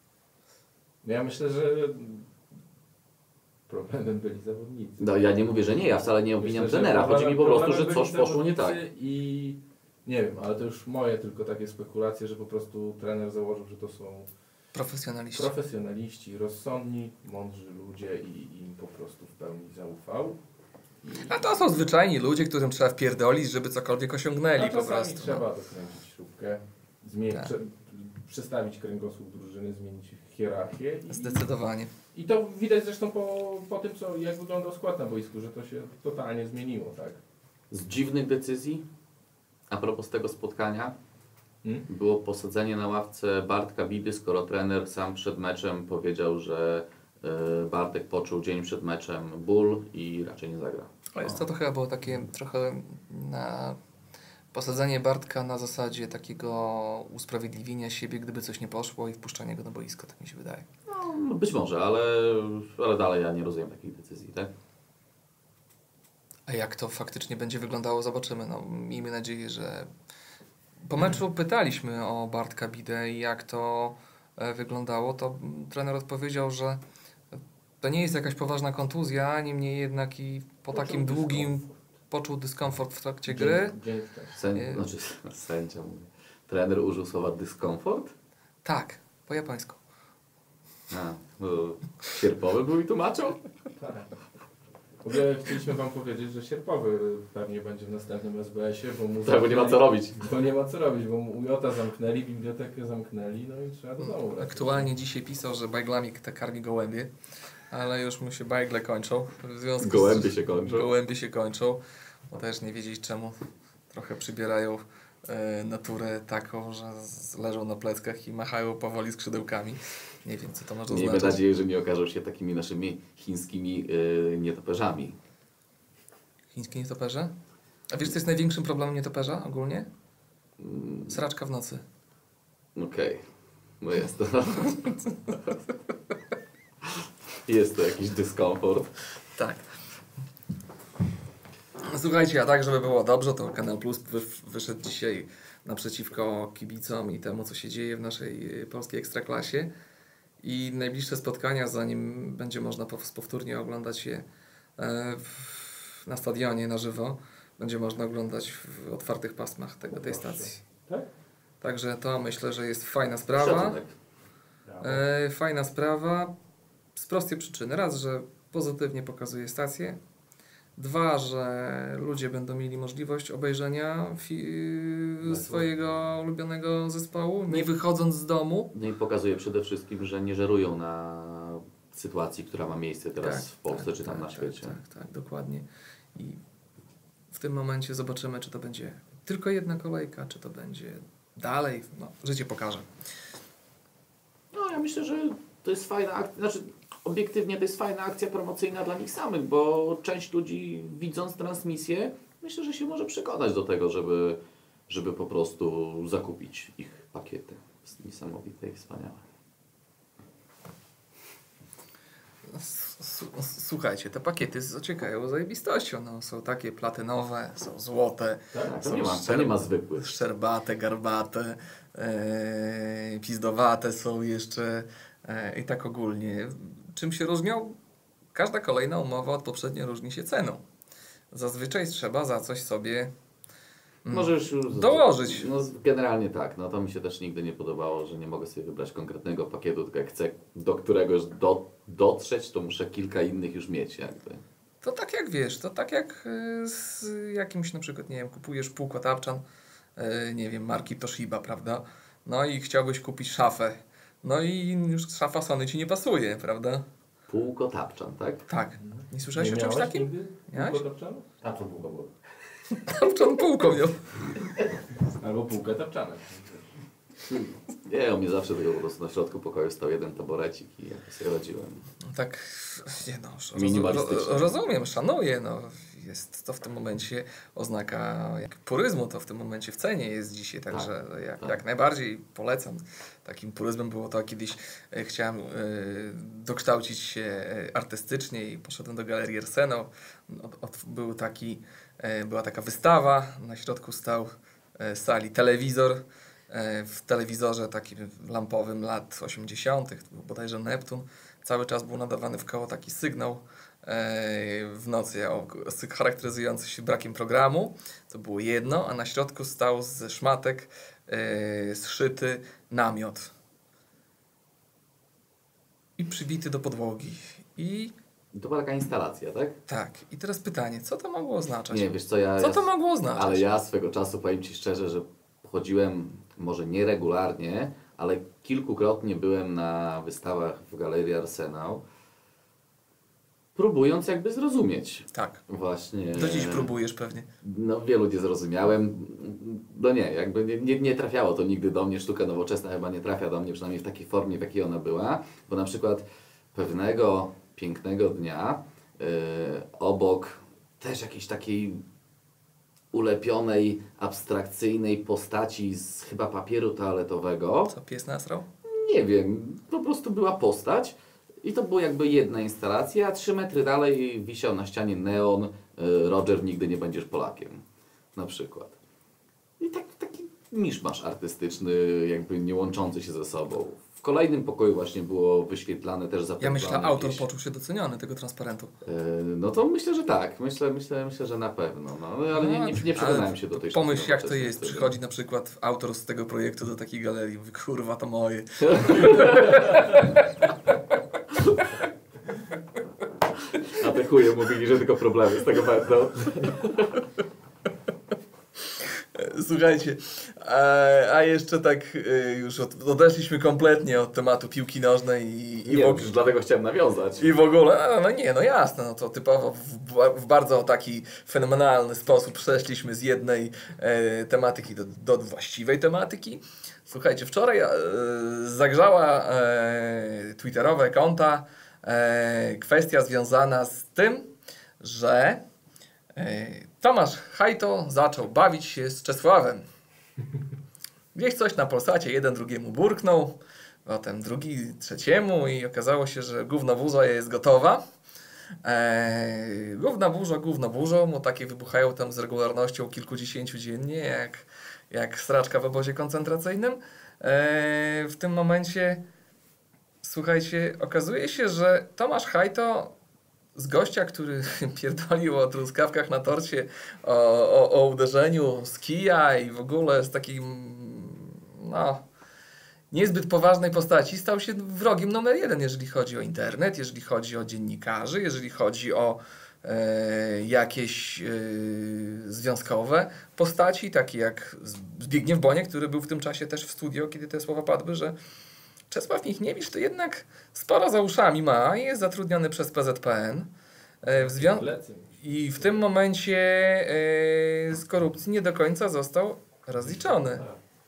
No ja myślę, że problemem byli zawodnicy. No ja nie mówię, że nie, ja wcale nie obwiniam Myślę, że trenera, chodzi mi po prostu, że problemem coś byli poszło nie tak. zawodnicy I nie wiem, ale to już moje tylko takie spekulacje, że po prostu trener założył, że to są Profesjonaliści. profesjonaliści, rozsądni, mądrzy ludzie i i im po prostu w pełni zaufał. I A to są zwyczajni ludzie, którym trzeba wpierdolić, żeby cokolwiek osiągnęli a po czasami prostu. trzeba No. dokręcić śrubkę, zmienić, Tak. prze, przestawić kręgosłup drużyny, zmienić hierarchię. I, Zdecydowanie. I to widać zresztą po, po tym, co, jak wyglądał skład na boisku, że to się totalnie zmieniło, tak? Z dziwnych decyzji, a propos tego spotkania, Hmm? było posadzenie na ławce Bartka Bidy, skoro trener sam przed meczem powiedział, że y, Bartek poczuł dzień przed meczem ból i raczej nie zagra. Ale jest to, to chyba było takie trochę na posadzenie Bartka na zasadzie takiego usprawiedliwienia siebie, gdyby coś nie poszło i wpuszczania go na boisko, tak mi się wydaje. No, być może, ale, ale dalej ja nie rozumiem takich decyzji, tak? A jak to faktycznie będzie wyglądało, zobaczymy. No, miejmy nadzieję, że... Po meczu pytaliśmy o Bartka Bidę i jak to e, wyglądało, to mm, trener odpowiedział, że to nie jest jakaś poważna kontuzja, niemniej jednak i po Poczuł takim długim dyskomfort. poczuł dyskomfort w trakcie gry. Dzień, dzień wcześniej. Sęd, Nie. znaczy sędzia mówi. Trener użył słowa dyskomfort? Tak, po japońsku. A, no, sierpowy był i tłumaczą? Tak. W ogóle chcieliśmy Wam powiedzieć, że Sierpowy pewnie będzie w następnym S B S-ie, bo mu Tak, bo nie ma co robić. Bo nie ma co robić, bo mu U J zamknęli, bibliotekę zamknęli, no i trzeba do domu wracać. Aktualnie dzisiaj pisał, że bajglami te karmi gołębie, ale już mu się bajgle kończą. W związku Gołębie z, się kończą. Gołębie się kończą, bo też nie wiedzieć czemu. Trochę przybierają e, naturę taką, że z, leżą na pleckach i machają powoli skrzydełkami. Nie wiem, co to może Miejmy oznaczać. nadzieję, że nie okażą się takimi naszymi chińskimi yy, nietoperzami. Chińskie nietoperze? A wiesz, co jest największym problemem nietoperza ogólnie? Mm, Sraczka w nocy. Okej, no jest to. Jest to jakiś dyskomfort. Tak. Słuchajcie, a tak, żeby było dobrze, to Kanal Plus wyszedł dzisiaj naprzeciwko kibicom i temu, co się dzieje w naszej polskiej ekstraklasie. I najbliższe spotkania, zanim będzie można powtórnie oglądać je w, na stadionie na żywo, będzie można oglądać w otwartych pasmach tego, tej stacji. Tak? Także to myślę, że jest fajna sprawa. E, fajna sprawa z prostej przyczyny. Raz, że pozytywnie pokazuje stację. Dwa, że ludzie będą mieli możliwość obejrzenia fi- swojego ulubionego zespołu, nie wychodząc z domu. No i pokazuje przede wszystkim, że nie żerują na sytuacji, która ma miejsce teraz Tak, w Polsce tak, czy tam tak, na świecie. Tak, tak, tak, dokładnie. I w tym momencie zobaczymy, czy to będzie tylko jedna kolejka, czy to będzie dalej. No, życie pokaże. No ja myślę, że to jest fajna akcja, znaczy obiektywnie to jest fajna akcja promocyjna dla nich samych, bo część ludzi widząc transmisję, myślę, że się może przekonać do tego, żeby, żeby po prostu zakupić ich pakiety. Jest niesamowite i wspaniałe. Słuchajcie, te pakiety zaciekają zajebistością. No, są takie platynowe, są złote, Tak, to są nie ma, to nie ma zwykłych. szczerbate, garbate, e, pizdowate są jeszcze e, i tak ogólnie. Czym się różnią? Każda kolejna umowa od poprzedniej różni się ceną. Zazwyczaj trzeba za coś sobie mm, Możesz dołożyć. No, generalnie tak, no to mi się też nigdy nie podobało, że nie mogę sobie wybrać konkretnego pakietu, tylko jak chcę do któregoś do, dotrzeć, to muszę kilka innych już mieć jakby. To tak jak wiesz, to tak jak y, z jakimś na przykład, nie wiem, kupujesz półko tapczan, y, nie wiem, marki Toshiba, prawda? No i chciałbyś kupić szafę. No i już szafa Sony ci nie pasuje, prawda? Półko tapczan, tak? Tak. Nie słyszałeś Nie o czymś miałeś takim? nigdy Miałeś? półko tapczanu? Tapczan półka było. Tapczan półką miał. Albo półkę tapczana. Nie, u mnie zawsze tylko po prostu na środku pokoju stał jeden taborecik i ja sobie radziłem. No tak, nie no, roz, Minimalistycznie. ro, rozumiem, szanuję, no. Jest to w tym momencie oznaka jak puryzmu, to w tym momencie w cenie jest dzisiaj, także Tak, jak, tak. jak najbardziej polecam. Takim puryzmem było to, kiedyś e, chciałem e, dokształcić się e, artystycznie i poszedłem do Galerii Arsenał. Od, od, był taki, e, była taka wystawa, na środku stał e, sali telewizor. E, w telewizorze takim lampowym lat osiemdziesiątych, to był bodajże Neptun, cały czas był nadawany w koło taki sygnał w nocy o, charakteryzujący się brakiem programu. To było jedno, a na środku stał z szmatek e, zszyty namiot. I przybity do podłogi. I To była taka instalacja, tak? tak. I teraz pytanie, co to mogło oznaczać? Nie, wiesz co, ja... Co ja, to mogło oznaczać? Ale ja swego czasu, powiem Ci szczerze, że chodziłem może nie regularnie, ale kilkukrotnie byłem na wystawach w Galerii Arsenał, próbując jakby zrozumieć. Tak. Właśnie. Do dziś próbujesz pewnie. No wielu nie zrozumiałem. No nie, jakby nie, nie, nie trafiało to nigdy do mnie. Sztuka nowoczesna chyba nie trafia do mnie, przynajmniej w takiej formie, w jakiej ona była. Bo na przykład pewnego pięknego dnia yy, obok też jakiejś takiej ulepionej, abstrakcyjnej postaci z chyba papieru toaletowego. Co, pies nasrał? Nie wiem, po prostu była postać i to była jakby jedna instalacja, a trzy metry dalej wisiał na ścianie neon y, Roger, nigdy nie będziesz Polakiem, na przykład. I tak, taki miszmasz artystyczny, jakby nie łączący się ze sobą. W kolejnym pokoju właśnie było wyświetlane też Ja zapewne myślę, autor jakieś... poczuł się doceniony tego transparentu. y, No to myślę, że tak. Myślę, myślę, myślę, że na pewno. No, ale nie, nie, nie przekonałem się do tej sztuki Pomyśl, jak to nowoczesnej jest. wtedy. Przychodzi na przykład autor z tego projektu do takiej galerii. Mówi, kurwa, to moje. A te chuje mówili, że tylko problemy z tego będą. Słuchajcie, a, a jeszcze tak y, już od, odeszliśmy kompletnie od tematu piłki nożnej i, i, Nie, w, og- już dlatego chciałem nawiązać. i w ogóle, a, no nie, no jasne, no to typowo w, w bardzo taki fenomenalny sposób przeszliśmy z jednej e, tematyki do, do właściwej tematyki. Słuchajcie, wczoraj e, zagrzała e, twitterowe konta e, kwestia związana z tym, że e, Tomasz Hajto zaczął bawić się z Czesławem. Gdzieś coś na Polsacie jeden drugiemu burknął, potem drugi trzeciemu i okazało się, że gównowóza jest gotowa. Eee, gówna burza, gówno burzą, bo takie wybuchają tam z regularnością kilkudziesięciu dziennie, jak, jak sraczka w obozie koncentracyjnym. Eee, w tym momencie, słuchajcie, okazuje się, że Tomasz Hajto z gościa, który pierdolił o truskawkach na torcie, o, o, o uderzeniu z kija i w ogóle z takim, no, niezbyt poważnej postaci, stał się wrogiem numer jeden, jeżeli chodzi o internet, jeżeli chodzi o dziennikarzy, jeżeli chodzi o e, jakieś e, związkowe postaci, takie jak Zbigniew Boniek, który był w tym czasie też w studio, kiedy te słowa padły, że Czesław Michniewicz to jednak sporo za uszami ma i jest zatrudniony przez P Z P N. E, w zwią- I w tym momencie e, z korupcji nie do końca został rozliczony.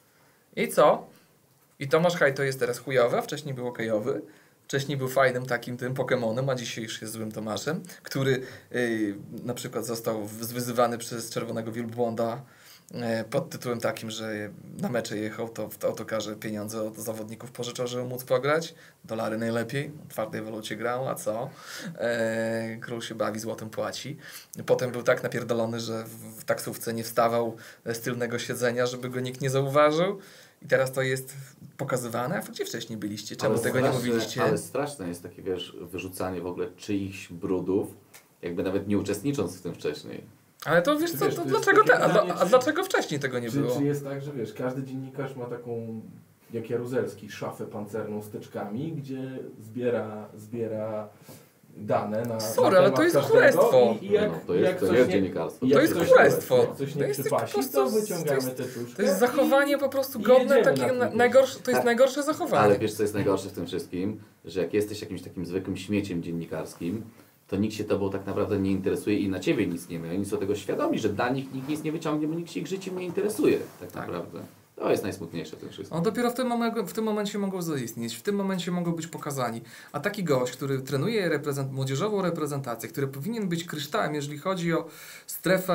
I co? I Tomasz Hajto jest teraz chujowy, a wcześniej był okejowy. Wcześniej był fajnym takim tym Pokemonem, a dzisiaj już jest złym Tomaszem, który yy, na przykład został wyzywany przez Czerwonego Wielbłąda yy, pod tytułem takim, że na mecze jechał, to w autokarze pieniądze od zawodników pożyczał, żeby móc pograć. Dolary najlepiej, w twardej walucie grał, a co? Yy, król się bawi, złotem płaci. Potem był tak napierdolony, że w, w taksówce nie wstawał z tylnego siedzenia, żeby go nikt nie zauważył. I teraz to jest pokazywane, a gdzie wcześniej byliście? Czemu Ale tego straszne, nie mówiliście? Ale straszne jest takie, wiesz, wyrzucanie w ogóle czyichś brudów, jakby nawet nie uczestnicząc w tym wcześniej. Ale to wiesz Czy co, wiesz, to to jest dlaczego, takie te, a, pytanie, a czy- dlaczego wcześniej tego nie Czy, było? czy jest tak, że wiesz, każdy dziennikarz ma taką, jak Jaruzelski, szafę pancerną z teczkami, gdzie zbiera, zbiera dane na, Sorry, na ale temat to jest każdego królestwo. I, i jak, no, to i jest, jak to coś jest nie, dziennikarstwo. i To jak jest coś- królestwo. Jak coś To nie jest przypasi, po to prostu- wyciągamy to jest- te czuszkę. To jest i- zachowanie po prostu i godne, jedziemy takie na na, tym. najgorsze, to jest Tak. najgorsze zachowanie. Ale wiesz, co jest najgorsze w tym wszystkim? Że jak jesteś jakimś takim zwykłym śmieciem dziennikarskim, to nikt się tobą tak naprawdę nie interesuje i na ciebie nic nie ma. Oni są tego świadomi, że dla nich nikt nic nie wyciągnie, bo nikt się ich życiem nie interesuje tak, Tak. naprawdę. To jest najsmutniejsze w tym wszystkim. No dopiero w tym, momen- w tym momencie mogą zaistnieć, w tym momencie mogą być pokazani. A taki gość, który trenuje reprezent- młodzieżową reprezentację, który powinien być kryształem, jeżeli chodzi o strefę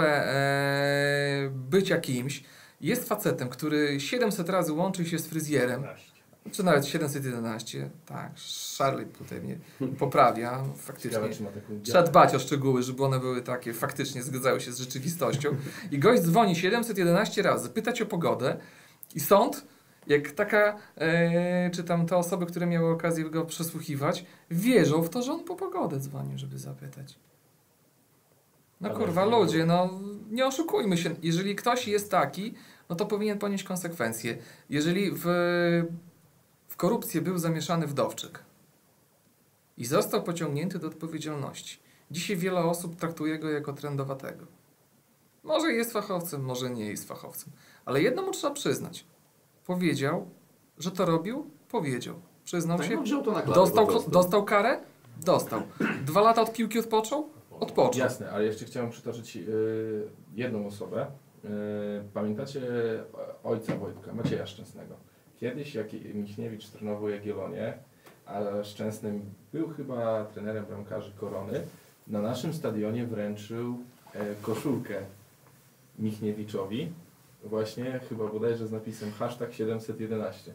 e, bycia kimś, jest facetem, który siedemset razy łączy się z fryzjerem, czy nawet siedemset jedenaście, tak, Charlie tutaj mnie poprawia, faktycznie. Ciekawe, czy ma taką Trzeba dbać o szczegóły, żeby one były takie, faktycznie zgadzały się z rzeczywistością. I gość dzwoni siedemset jedenaście razy, pytać o pogodę i sąd, jak taka, e, czy tam te osoby, które miały okazję go przesłuchiwać, wierzą w to, że on po pogodę dzwoni, żeby zapytać. No Ale kurwa, to- ludzie, no nie oszukujmy się. Jeżeli ktoś jest taki, no to powinien ponieść konsekwencje. Jeżeli w, w korupcję był zamieszany wdowczyk i został pociągnięty do odpowiedzialności, dzisiaj wiele osób traktuje go jako trendowatego. Może jest fachowcem, może nie jest fachowcem. Ale jedno mu trzeba przyznać. Powiedział, że to robił, powiedział. Przyznał Tak, się, no, wziął to na klatę dostał, po prostu. dostał karę, dostał. Dwa lata od piłki odpoczął, odpoczął. Jasne, ale jeszcze chciałem przytoczyć y, jedną osobę. Y, pamiętacie ojca Wojtka, Macieja Szczęsnego? Kiedyś, jak Michniewicz trenował Jagiellonię, a Szczęsny był chyba trenerem bramkarzy Korony, na naszym stadionie wręczył e, koszulkę Michniewiczowi, właśnie chyba bodajże z napisem hashtag siedemset jedenaście.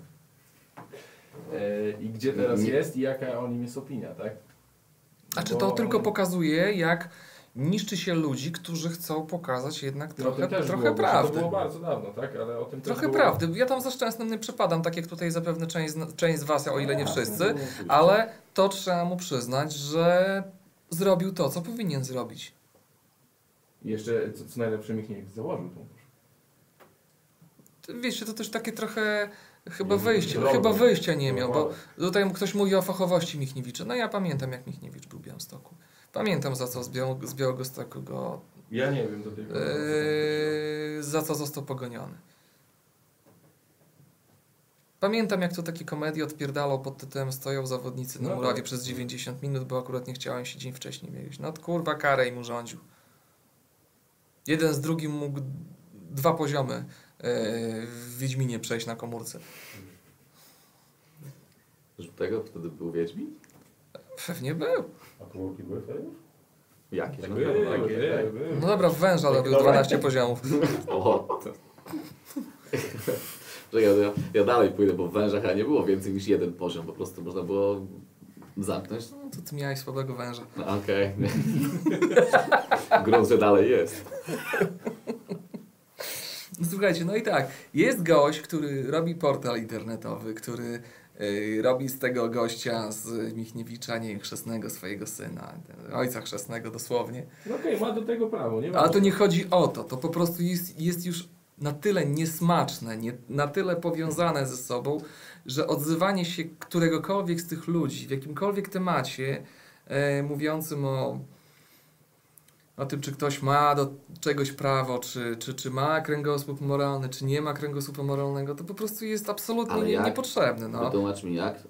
E, I gdzie teraz Nie- jest i jaka o nim jest opinia, tak? A czy Bo to tylko on- pokazuje, jak niszczy się ludzi, którzy chcą pokazać jednak o tym trochę, też trochę było, bo prawdy. To było bardzo dawno, tak? Ale o tym Trochę też było... prawdy. Ja tam za Szczęsnym nie przypadam, tak jak tutaj zapewne część, z- część z Was, o ile nie A, wszyscy, no, oczywiście. ale to trzeba mu przyznać, że zrobił to, co powinien zrobić. I jeszcze, co, co najlepsze, Michniewicz założył tą koszulkę. Wiecie, to też takie trochę chyba Nie, wyjście, drogą. chyba wyjścia nie miał, bo No, tutaj ktoś mówi o fachowości Michniewicza. No ja pamiętam, jak Michniewicz był w Białymstoku. Pamiętam, za co z, Biał z Białegostoku go, ja nie wiem do tej pory. yy, za co został pogoniony. Pamiętam, jak to takie komedie odpierdalał pod tytułem Stoją zawodnicy na No murawie tak. przez dziewięćdziesiąt minut, bo akurat nie chciałem się dzień wcześniej mieć. No kurwa, karę im urządził. Jeden z drugim mógł dwa poziomy yy, w Wiedźminie przejść na komórce. Że tego wtedy był Wiedźmin? Pewnie był. A komórki były wtedy już? Jakieś Tak na były, pewno. były, były. No dobra, w węża Tak, robił dobra. dwanaście poziomów. O, to... że ja, ja, ja dalej pójdę, bo w wężach a nie było więcej niż jeden poziom. Po prostu można było zamknąć? No to ty miałeś słabego węża. No, okej. Okay. Grunt, że dalej jest. No słuchajcie, no i tak, jest gość, który robi portal internetowy, który y, robi z tego gościa z Michniewicza, nie wiem, chrzestnego swojego syna, ojca chrzestnego dosłownie. No okej, okay, ma do tego prawo, nie ma. Ale to nie chodzi o to, to po prostu jest, jest już na tyle niesmaczne, nie, na tyle powiązane ze sobą, że odzywanie się któregokolwiek z tych ludzi w jakimkolwiek temacie e, mówiącym o, o tym, czy ktoś ma do czegoś prawo, czy, czy, czy ma kręgosłup moralny, czy nie ma kręgosłupa moralnego, to po prostu jest absolutnie Ale nie, jak? niepotrzebne. No. Wytłumacz mi jak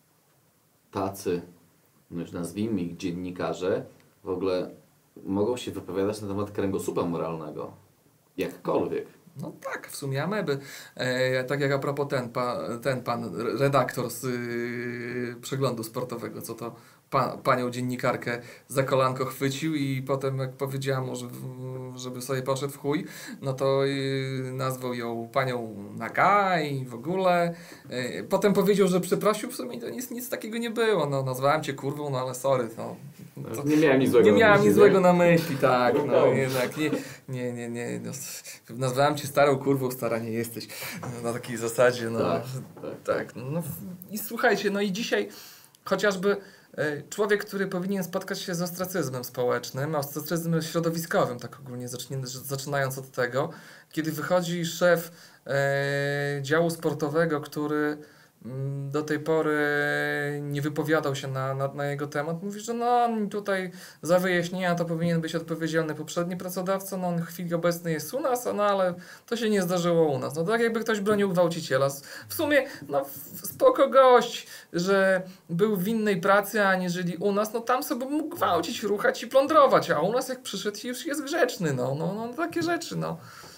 tacy, no już nazwijmy ich dziennikarze, w ogóle mogą się wypowiadać na temat kręgosłupa moralnego. Jakkolwiek. No tak, w sumie ameby. E, tak jak a propos ten, pa, ten pan redaktor z y, przeglądu sportowego, co to pa, panią dziennikarkę za kolanko chwycił i potem jak powiedziała mu, że, żeby sobie poszedł w chuj, no to y, nazwał ją panią Naga i w ogóle. E, potem powiedział, że przeprosił, w sumie to nic, nic takiego nie było. No, nazwałem cię kurwą, no ale sorry. No, To nie miałem nic złego nie na miałem myśli, nic nie? złego na myśli, tak. No, No. jednak nie, nie, nie, nie. No, nazwałem cię starą kurwą, stara nie jesteś. No, na takiej zasadzie, no. Tak, Tak, tak. No, i słuchajcie, no i dzisiaj chociażby e, człowiek, który powinien spotkać się z ostracyzmem społecznym, ostracyzmem środowiskowym, tak ogólnie zacznie, zaczynając od tego, kiedy wychodzi szef e, działu sportowego, który mm, do tej pory nie wypowiadał się na, na, na jego temat, mówi, że no tutaj za wyjaśnienia to powinien być odpowiedzialny poprzedni pracodawca, no on w chwili obecnej jest u nas, no ale to się nie zdarzyło u nas. No tak jakby ktoś bronił gwałciciela. W sumie, no spoko gość, że był w innej pracy, aniżeli u nas, no tam sobie mógł gwałcić, ruchać i plądrować, a u nas jak przyszedł już jest grzeczny, no, no, no takie rzeczy, no.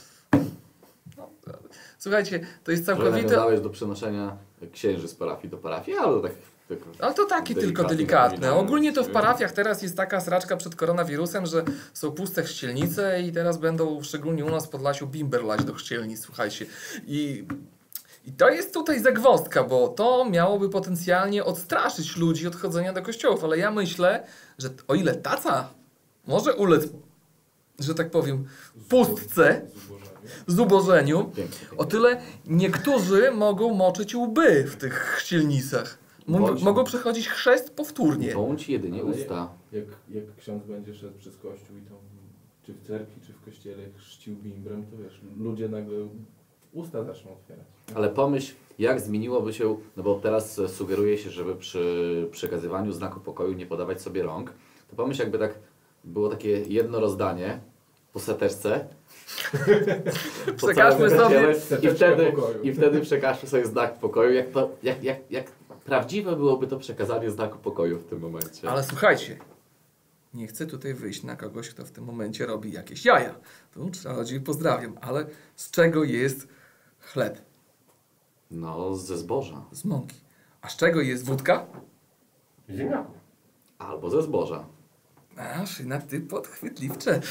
no. Słuchajcie, to jest Że całkowite... nawiązałeś do przenoszenia księży z parafii do parafii, ale tak... tak Ale to takie tylko delikatnie delikatne. napominałem. Ogólnie to w parafiach teraz jest taka sraczka przed koronawirusem, że są puste chrzcielnice i teraz będą, szczególnie u nas w Podlasiu, bimber lać do chrzcielnic, słuchajcie. I, I to jest tutaj zagwozdka, bo to miałoby potencjalnie odstraszyć ludzi od chodzenia do kościołów, ale ja myślę, że o ile taca może ulec, że tak powiem, pustce, zubożeniu, Pięknie. o tyle niektórzy mogą moczyć łby w tych chrzcielnicach. Mog- Bądź- mogą przechodzić chrzest powtórnie. Bądź jedynie Ale usta. Jak, jak ksiądz będzie szedł przez kościół i tam, czy w cerkwi, czy w kościele chrzcił bimbrem, to wiesz, ludzie nagle usta zaczną otwierać. Ale pomyśl, jak zmieniłoby się, no bo teraz sugeruje się, żeby przy przekazywaniu znaku pokoju nie podawać sobie rąk, to pomyśl, jakby tak było takie jedno rozdanie po seteczce. Po Przekażmy całym sobie- kościele i seteczkę wtedy, pokoju. i wtedy przekażmy sobie znak pokoju. Jak, to, jak, jak, jak prawdziwe byłoby to przekazanie znaku pokoju w tym momencie. Ale słuchajcie, nie chcę tutaj wyjść na kogoś, kto w tym momencie robi jakieś jaja. Tu trzeba chodzi i pozdrawiam. Ale z czego jest chleb? No, ze zboża. Z mąki. A z czego jest wódka? Ziemniaków. Albo ze zboża. Aż na ty podchwytliwcze.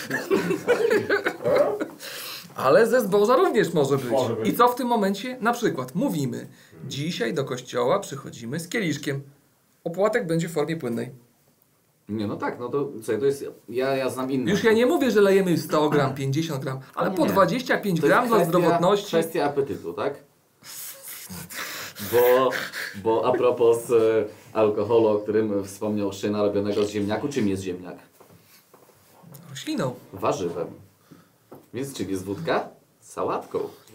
Ale ze zboża również może być. Może być. I co w tym momencie? Na przykład mówimy, dzisiaj do kościoła przychodzimy z kieliszkiem. Opłatek będzie w formie płynnej. Nie, no tak, no to co, to jest, ja, ja znam inne. Już ja nie mówię, że lejemy sto gram, pięćdziesiąt gram, ale Nie, po nie. dwadzieścia pięć To jest gram dla kwestia- zdrowotności. Kwestia apetytu, tak? Bo, bo a propos e, alkoholu, o którym wspomniał Szyna, robionego z ziemniaku, czym jest ziemniak? Rośliną. Warzywem. Więc czym jest wódka? Sałatką.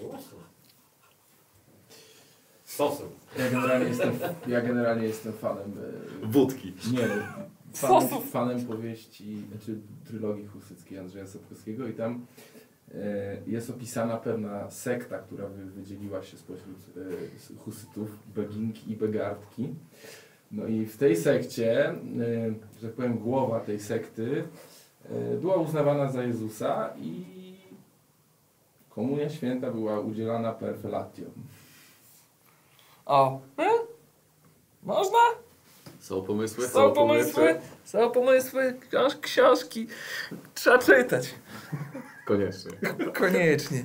Sosem. Ja generalnie jestem, ja generalnie jestem fanem... e, Wódki. Nie, fanem, Sosów. fanem powieści, znaczy trylogii husyckiej Andrzeja Sapkowskiego i tam e, jest opisana pewna sekta, która wy, wydzieliła się spośród e, husytów, beginki i begardki. No i w tej sekcie, e, że tak powiem, głowa tej sekty e, była uznawana za Jezusa i komunia święta była udzielana per fellatio. O. Hmm? Można? Są pomysły? Są pomysły, są pomysły, książ- książki. Trzeba czytać. Koniecznie. Koniecznie.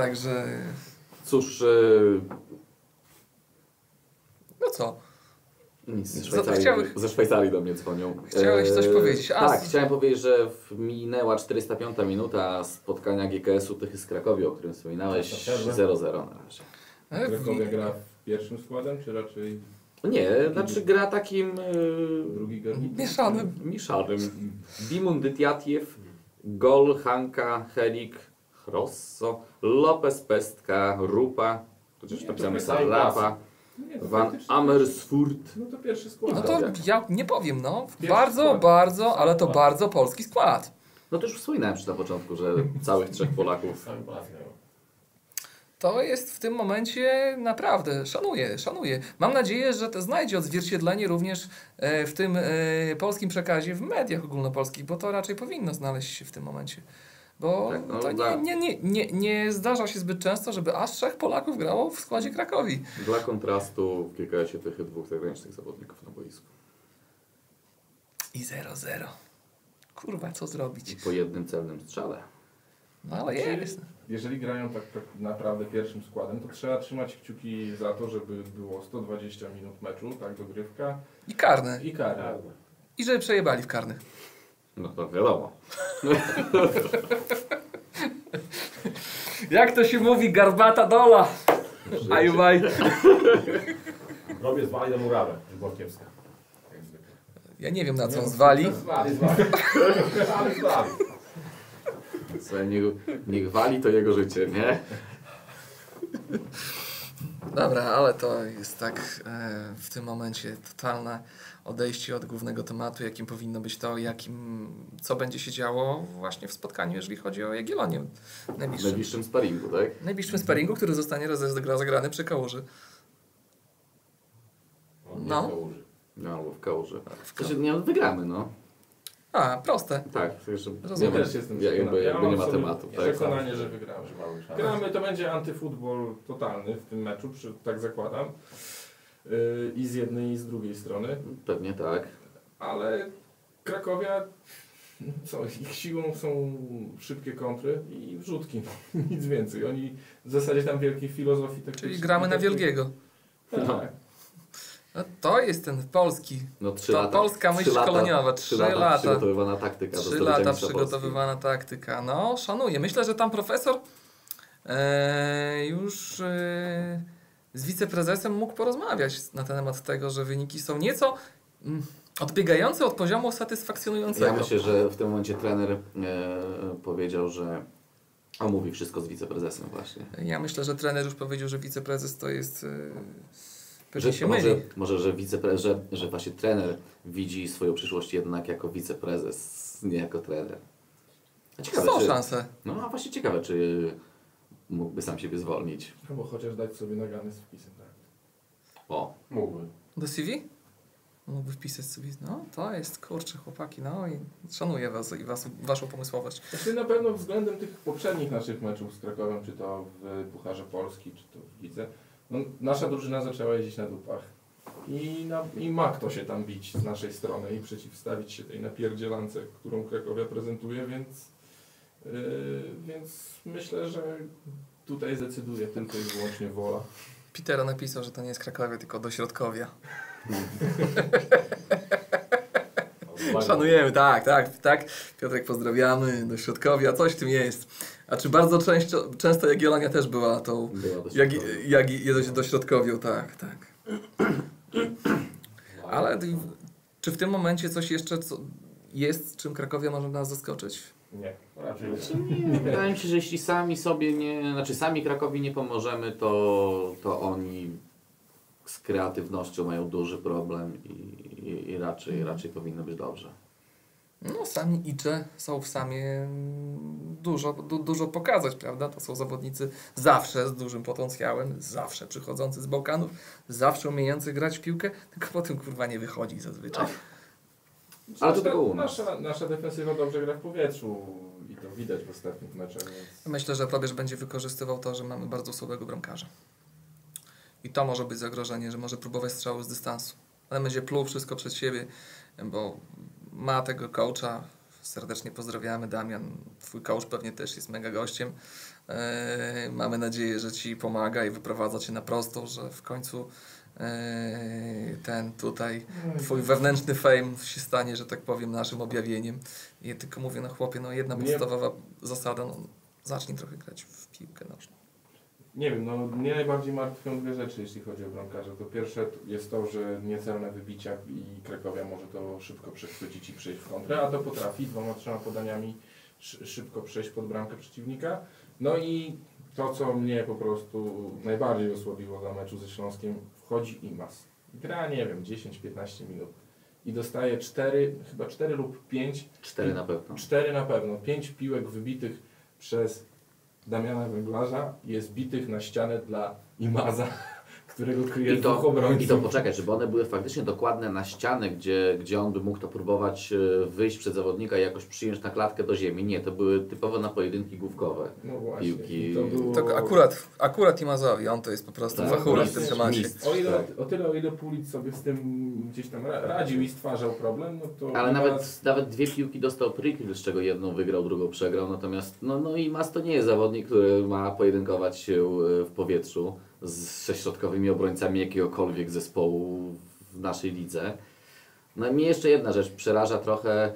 Także, Cóż, e, no co? Nic, ze Co- Szwajcarii, chciałeś- ze Szwajcarii do mnie dzwonią. Chciałeś coś powiedzieć. A, Tak, z- chciałem powiedzieć, że w- minęła czterysta piąta minuta spotkania G K S-u Tychy z Krakowi, o którym wspominałeś, zero zero na razie. E, Krakowia gra w pierwszym składem, czy raczej Nie, znaczy gra takim yy, drugi garnitur? Mieszanym. mieszanym. Bimun Dytiatiew, Gol, Hanka, Helik, Rosso, Lopez, Pestka, Rupa, chociaż Nie, napisane to Sarrafa, Nie, to Van faktycznie- Amersfoort. No to pierwszy skład. No to ja nie powiem, no. Pierwszy Bardzo, skład. bardzo, ale to Skład. bardzo polski skład. No to już wspominałem przy na początku, że całych trzech Polaków. Sami Polacy grają. To jest w tym momencie naprawdę, szanuję, szanuję. Mam nadzieję, że to znajdzie odzwierciedlenie również e, w tym e, polskim przekazie w mediach ogólnopolskich, bo to raczej powinno znaleźć się w tym momencie. Bo Tak, no to dla- nie, nie, nie, nie, nie zdarza się zbyt często, żeby aż trzech Polaków grało w składzie Krakowi. Dla kontrastu w G K S-ie Tychy dwóch zagranicznych zawodników na boisku. I zero zero. Kurwa, co zrobić? I po jednym celnym strzale. No ale jest. Jeżeli grają tak tak naprawdę pierwszym składem, to trzeba trzymać kciuki za to, żeby było sto dwadzieścia minut meczu, tak, dogrywka I karne. i kara. Prawda. I żeby przejebali w karnych. No to wiadomo. Jak to się mówi, garbata dola. Ajubaj. Robię zwali na murawę, że była kiepska. Jak zwykle. Ja nie wiem na co on zwali. Zwali, zwali. Ale zwali. Słuchaj, niech, niech wali to jego życie, nie? Dobra, ale to jest tak e, w tym momencie totalne odejście od głównego tematu, jakim powinno być to, jakim, co będzie się działo właśnie w spotkaniu, jeżeli chodzi o Jagiellonię W najbliższym, najbliższym sparingu, tak? najbliższym sparingu, który zostanie rozegra- zagrany przy Kałuży. On nie No. kałuży. No, albo w Kałuży. W sensie, nie, no, wygramy, no. A, proste. Tak, w sensie, Rozumiem. nie ma, Też jestem ja, jakby, przekonany. Ja jakby mam nie ma sobie tematu. Tak? Przekonanie, że wygramy. Że mały szans. Gramy, to będzie antyfutbol totalny w tym meczu, przy, tak zakładam. Yy, I z jednej i z drugiej strony. Pewnie tak. Ale Krakowia, co, ich siłą są szybkie kontry i wrzutki, no, nic więcej. Oni w zasadzie tam wielkiej filozofii taktycznej. Czyli gramy na Wielkiego. Tak. No, to jest ten polski, No, trzy to lata, polska myśl trzy lata- szkoleniowa. Trzy Trzy lata lata. przygotowywana taktyka do Trzy zdobycia lata mistrza przygotowywana taktyka. No, szanuję. Myślę, że tam profesor e, już e, z wiceprezesem mógł porozmawiać na temat tego, że wyniki są nieco mm, odbiegające od poziomu Polski. satysfakcjonującego. Ja myślę, że w tym momencie trener e, powiedział, że omówi wszystko z wiceprezesem właśnie. Ja myślę, że trener już powiedział, że wiceprezes to jest... E, Że, pewnie się może, myli. może, że, wiceprezes, że, że właśnie trener widzi swoją przyszłość jednak jako wiceprezes, nie jako trener. A ciekawe, Są czy, szanse. no a właśnie ciekawe, czy mógłby sam siebie zwolnić. Albo chociaż dać sobie nagany z wpisem. Tak. O, Mógłby. Do C V? Mógłby wpisać sobie, no to jest, kurczę chłopaki, no i szanuję was i was, waszą pomysłowość. Znaczy na pewno względem tych poprzednich naszych meczów z Krakowem, czy to w Pucharze Polski, czy to w Lidze, no, nasza drużyna zaczęła jeździć na dupach. I, na, I ma kto się tam bić z naszej strony i przeciwstawić się tej napierdzielance, którą Krakowia prezentuje, więc, yy, więc myślę, że tutaj zdecyduje tylko i wyłącznie wola. Pitero napisał, że to nie jest Krakowie, tylko do Środkowia. Szanujemy, tak, tak, tak. Piotrek, pozdrawiamy, do Środkowia, coś w tym jest. A czy bardzo często, często Jagiellonia też była tą była dość Jagi, ciekawa. Jagi, jedzie do Środkowiu, tak, tak. Ale d- czy w tym momencie coś jeszcze co jest, czym Krakowia może nas zaskoczyć? Nie. Raczej nie. Nie, wydaje mi się, że jeśli sami sobie nie, znaczy sami Krakowi nie pomożemy, to, to oni z kreatywnością mają duży problem i, i, i raczej, raczej powinno być dobrze. No sami Icze są w samie mm, dużo, du, dużo pokazać, prawda? To są zawodnicy zawsze z dużym potencjałem, zawsze przychodzący z Bałkanów, zawsze umiejący grać w piłkę, tylko potem kurwa nie wychodzi zazwyczaj. Ale to tylko u nas. Nasza, nasza defensywa dobrze gra w powietrzu i to widać w ostatnich meczach. Więc... Myślę, że probierz będzie wykorzystywał to, że mamy bardzo słabego bramkarza. I to może być zagrożenie, że może próbować strzału z dystansu. Ale będzie pluł wszystko przed siebie, bo ma tego coacha serdecznie pozdrawiamy. Damian, twój coach pewnie też jest mega gościem. E, mamy nadzieję, że ci pomaga i wyprowadza cię na prostą, że w końcu e, ten tutaj twój wewnętrzny fame się stanie, że tak powiem, naszym objawieniem. I tylko mówię, no chłopie, no jedna Nie. podstawowa zasada, no zacznij trochę grać w piłkę nożną. Nie wiem, no mnie najbardziej martwią dwie rzeczy, jeśli chodzi o bramkarza. To pierwsze jest to, że niecelne wybicia i Krakowia może to szybko przechwycić i przejść w kontrę, a to potrafi dwoma, trzema podaniami szy- szybko przejść pod bramkę przeciwnika. No i to, co mnie po prostu najbardziej osłabiło na meczu ze Śląskiem, wchodzi Imas. Gra, nie wiem, dziesięć piętnaście minut i dostaje cztery, chyba cztery lub pięć. Cztery na pewno. cztery na pewno. pięć piłek wybitych przez Damiana Węglarza jest bitych na ścianę dla Imaza, którego kryje I dwóch to, obrońców. I to poczekaj, żeby one były faktycznie dokładne na ścianę, gdzie, gdzie on by mógł to próbować e, wyjść przed zawodnika i jakoś przyjąć na klatkę do ziemi. Nie, to były typowo na pojedynki główkowe. No właśnie. Piłki. I to było... To akurat, akurat Imazowi, on to jest po prostu Tak, fachura w właśnie, tym temacie. mistrz. O ile, Tak. o tyle, o ile Pulic sobie z tym gdzieś tam ra- radził i stwarzał problem, no to Ale Imaz- nawet, nawet dwie piłki dostał Prikl, z czego jedną wygrał, drugą przegrał. Natomiast no, no i Mas to nie jest zawodnik, który ma pojedynkować się e, w powietrzu z sześciośrodkowymi obrońcami jakiegokolwiek zespołu w naszej lidze. No i mnie jeszcze jedna rzecz przeraża trochę e,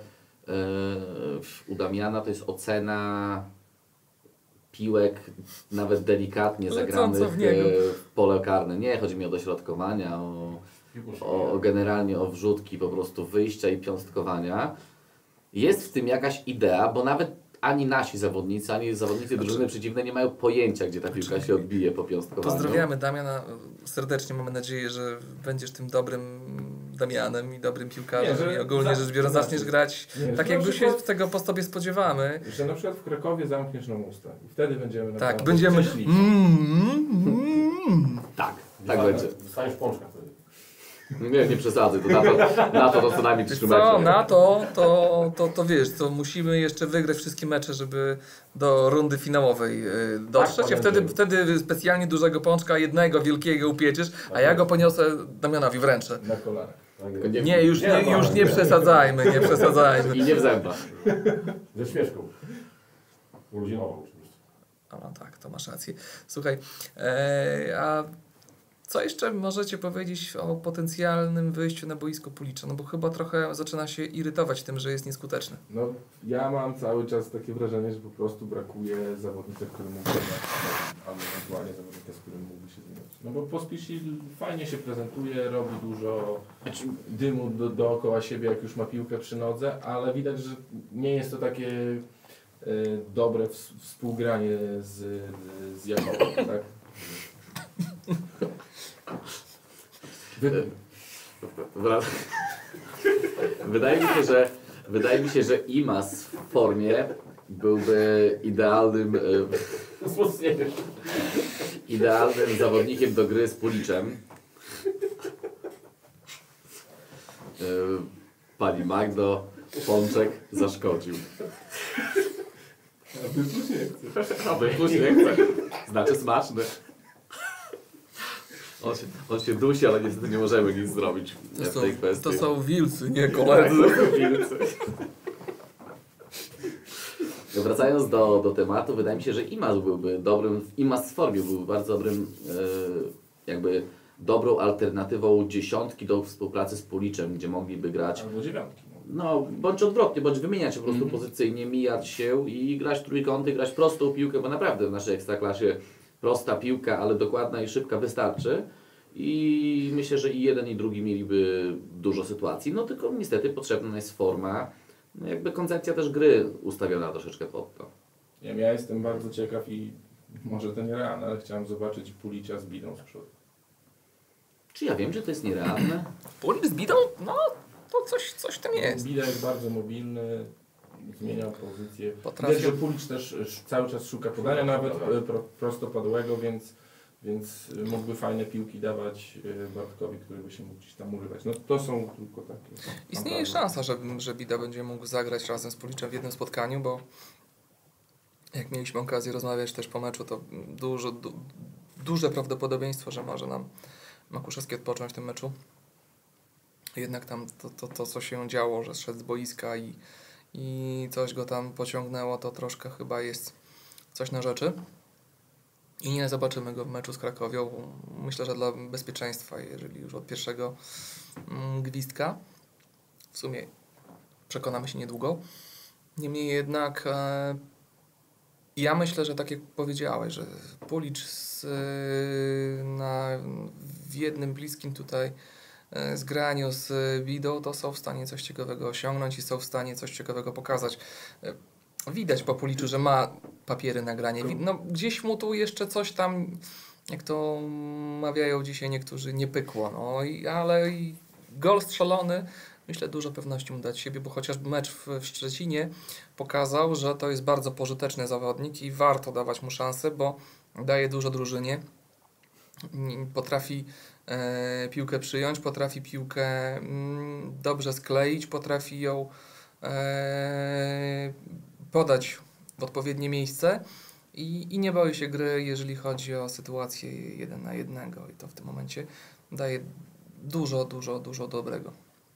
u Damiana, to jest ocena piłek nawet delikatnie Lecąco zagranych w niego. e, w pole karne. Nie, chodzi mi o dośrodkowania, o, o, o generalnie o wrzutki, po prostu wyjścia i piąstkowania. Jest w tym jakaś idea, bo nawet ani nasi zawodnicy, ani zawodnicy drużyny przeciwnej nie mają pojęcia, gdzie ta piłka się odbije po piąstkowaniu. Pozdrawiamy Damiana serdecznie, mamy nadzieję, że będziesz tym dobrym Damianem i dobrym piłkarzem Nie, że i ogólnie za- rzecz biorąc znaczy- zaczniesz grać Nie, tak, że jakby na się przykład- tego po tobie spodziewamy. Że na przykład w Krakowie zamkniesz nam usta i wtedy będziemy Tak, naprawdę będziemy... szczęśliwi. Mm, mm. Tak, tak będzie. Dostaniesz pączka wtedy. Nie, nie przesadzaj, to na to, na to, to co najmniej Wiesz trzy co, mecze. na to, to, to, to wiesz, to musimy jeszcze wygrać wszystkie mecze, żeby do rundy finałowej y, dotrzeć, Tak, a wtedy, pamiętam. wtedy specjalnie dużego pączka, jednego wielkiego upieczysz, a ja go poniosę Damianowi w ręce. Na kolanach. Tak Tylko jest. Nie, już nie, już nie przesadzajmy, nie przesadzajmy. I nie w zębach. Ze śmieszką. Urodzinową oczywiście. A no tak, to masz rację. Słuchaj, e, a co jeszcze możecie powiedzieć o potencjalnym wyjściu na boisko Pulicza? No bo chyba trochę zaczyna się irytować tym, że jest nieskuteczny. No, ja mam cały czas takie wrażenie, że po prostu brakuje zawodnika, który mógłby grać, albo ewentualnie zawodnika, z którym mógłby się zmieniać. No bo Pospisil fajnie się prezentuje, robi dużo dymu do, dookoła siebie, jak już ma piłkę przy nodze, ale widać, że nie jest to takie e, dobre ws- współgranie z, z Jakobem, tak? Wy, Wra- Wydaje mi się, że wydaje mi się, że Imas w formie byłby idealnym, e, Wzmocnienie. idealnym zawodnikiem do gry z Puliczem. E, Pani Magdo, pączek zaszkodził. a wy też nie chcesz. A wypuść nie chce. Znaczy smaczny. On się, on się dusi, ale niestety nie możemy nic zrobić To w są, tej kwestii. to są wilcy, nie Tak, koledzy. to są wilcy. Wracając do, do tematu, wydaje mi się, że Imas byłby dobrym, Imas w formie byłby bardzo dobrym, e, jakby dobrą alternatywą dziesiątki do współpracy z Puliczem, gdzie mogliby grać, Albo dziewiątki. No. no bądź odwrotnie, bądź wymieniać się po prostu Mhm. pozycyjnie, mijać się i grać trójkąty, grać prostą piłkę, bo naprawdę w naszej ekstraklasie prosta piłka, ale dokładna i szybka wystarczy. I myślę, że i jeden i drugi mieliby dużo sytuacji, no tylko niestety potrzebna jest forma, no jakby koncepcja też gry ustawiona troszeczkę pod to. Nie wiem, ja jestem bardzo ciekaw i może to nierealne, ale chciałem zobaczyć Pulicia z Bidą z przodu. Czy ja wiem, że to jest nierealne? Pulicz z Bidą? No, to coś, coś tam jest. Bida jest bardzo mobilny, zmienia pozycję. Potrafią- Widać, że Pulicz też sz- cały czas szuka podania, nawet e, pro, prostopadłego, więc, więc mógłby fajne piłki dawać e, Bartkowi, który by się mógł gdzieś tam używać. No to są tylko takie. Istnieje fantazy. szansa, że, że Bida będzie mógł zagrać razem z Puliczem w jednym spotkaniu, bo jak mieliśmy okazję rozmawiać też po meczu, to dużo, du, duże prawdopodobieństwo, że może nam Makuszewski odpocząć w tym meczu. Jednak tam to, to, to co się działo, że szedł z boiska i, i coś go tam pociągnęło, to troszkę chyba jest coś na rzeczy. I nie zobaczymy go w meczu z Krakowią. Myślę, że dla bezpieczeństwa, jeżeli już od pierwszego mm, gwizdka. W sumie przekonamy się niedługo. Niemniej jednak e, ja myślę, że tak jak powiedziałeś, że Pulicz z, e, na, w jednym bliskim tutaj e, zgraniu z Widą to są w stanie coś ciekawego osiągnąć i są w stanie coś ciekawego pokazać. E, widać po Puliczu, że ma papiery na granie. Wi- No, gdzieś mu tu jeszcze coś tam, jak to mawiają dzisiaj niektórzy, nie pykło. No, i, ale i gol strzelony, myślę, dużo pewności mu dać siebie, bo chociażby mecz w, w Szczecinie pokazał, że to jest bardzo pożyteczny zawodnik i warto dawać mu szansę, bo daje dużo drużynie. Mm, Potrafi e, piłkę przyjąć, potrafi piłkę mm, dobrze skleić, potrafi ją e, podać w odpowiednie miejsce i, i nie boi się gry, jeżeli chodzi o sytuację jeden na jednego i to w tym momencie daje dużo, dużo, dużo dobrego.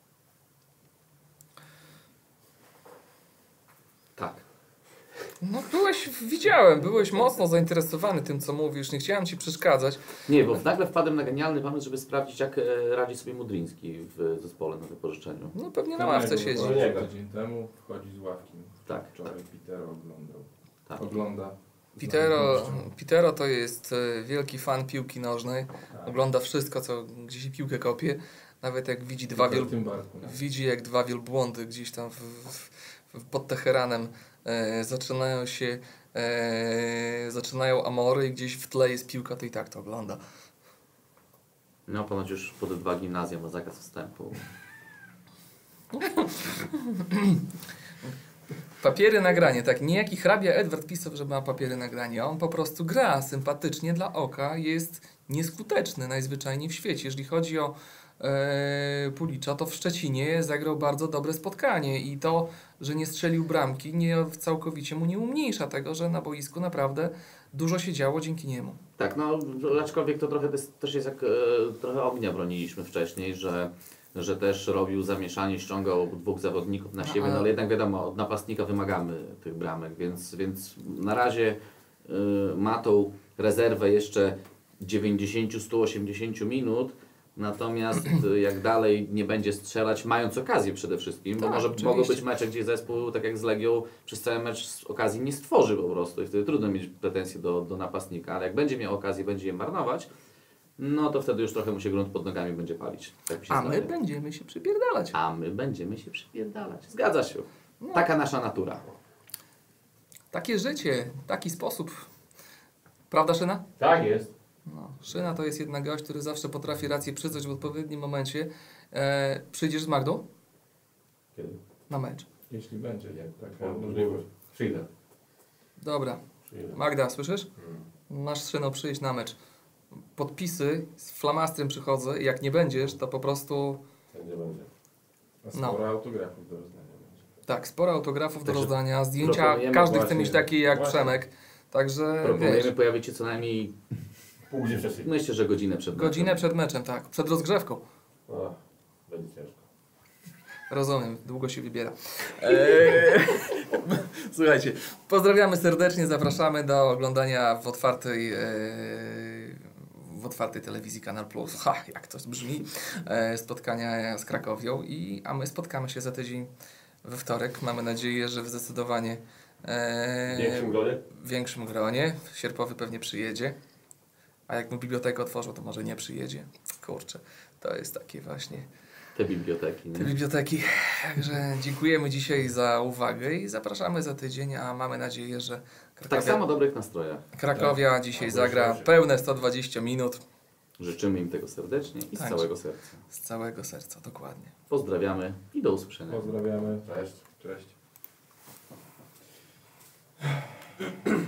Tak. No byłeś, widziałem, byłeś mocno zainteresowany tym, co mówisz, nie chciałem Ci przeszkadzać. Nie, bo nagle wpadłem na genialny pomysł, żeby sprawdzić, jak e, radzi sobie Mudryński w zespole na wypożyczeniu. No pewnie na ławce siedzi. Tydzień temu wchodzi z ławki. Tak. Wczoraj Peter oglądał. Tak. Ogląda. Pitero, Pitero to jest e, wielki fan piłki nożnej, Tak. ogląda wszystko, co gdzieś i piłkę kopie, nawet jak widzi dwa, wiel... W tym barku. widzi jak dwa wielbłądy gdzieś tam w, w, w, pod Teheranem e, zaczynają się, e, zaczynają amory i gdzieś w tle jest piłka, to i tak to ogląda. No, ponoć już pod dwa gimnazja ma zakaz wstępu. Papiery nagranie, tak, niejaki hrabia Edward pisał, że ma papiery nagranie, on po prostu gra sympatycznie dla oka, jest nieskuteczny najzwyczajniej w świecie. Jeżeli chodzi o e, Pulicza, to w Szczecinie zagrał bardzo dobre spotkanie i to, że nie strzelił bramki, nie całkowicie mu nie umniejsza tego, że na boisku naprawdę dużo się działo dzięki niemu. Tak, no aczkolwiek to trochę też- też jest jak e, trochę ognia broniliśmy wcześniej, że, że też robił zamieszanie, ściągał dwóch zawodników na siebie, A- no ale jednak wiadomo, od napastnika wymagamy tych bramek, więc, więc na razie e, ma tą rezerwę jeszcze dziewięćdziesiąt do stu osiemdziesięciu minut, natomiast e, jak dalej nie będzie strzelać, mając okazję przede wszystkim, bo Tak, może oczywiście. mogą być mecze, gdzie zespół, tak jak z Legią, przez cały mecz z okazji nie stworzy po prostu i wtedy trudno mieć pretensje do, do napastnika, ale jak będzie miał okazję, będzie je marnować, no to wtedy już trochę mu się grunt pod nogami będzie palić. Tak mi się A my zdaje. będziemy się przypierdalać. A my będziemy się przypierdalać. Zgadza się. No. Taka nasza natura. Takie życie, taki sposób. Prawda, Szyna? Tak jest. No, Szyna to jest jednak gość, który zawsze potrafi rację przyznać w odpowiednim momencie. E, przyjdziesz z Magdą Kiedy? na mecz. Jeśli będzie, jak taka O, możliwość. Przyjdę. Dobra. Przyjdę. Magda, słyszysz? Mm. Masz z Szyną przyjść na mecz. Podpisy, z flamastrem przychodzę i jak nie będziesz, to po prostu Będzie, będzie. A sporo autografów do rozdania będzie. tak, sporo autografów do Także rozdania, zdjęcia, proponujemy każdy chce właśnie- mieć taki jak właśnie. Przemek. Także Proponujemy wiesz, pojawić się co najmniej, Pół godziny wcześniej. myślę, że godzinę przed meczem. godzinę przed meczem, tak, przed rozgrzewką. O, będzie ciężko. Rozumiem, długo się wybiera. Eee, słuchajcie, pozdrawiamy serdecznie, zapraszamy do oglądania w otwartej, e, w otwartej telewizji Kanal Plus. Ha, jak to brzmi, e, spotkania z Krakowią, i, a my spotkamy się za tydzień we wtorek. Mamy nadzieję, że w zdecydowanie e, W większym gronie? większym gronie. Sierpowy pewnie przyjedzie, a jak mu bibliotekę otworzą, to może nie przyjedzie. Kurczę, to jest takie właśnie... Te biblioteki. Te Nie? biblioteki. Także dziękujemy dzisiaj za uwagę i zapraszamy za tydzień, a mamy nadzieję, że W tak Krakowia, samo dobrych nastrojach. Krakowia dzisiaj Tak, zagra proszę. pełne sto dwadzieścia minut Życzymy im tego serdecznie i z Tak. całego serca. z całego serca, dokładnie. Pozdrawiamy i do usłyszenia. Pozdrawiamy. Cześć. Cześć.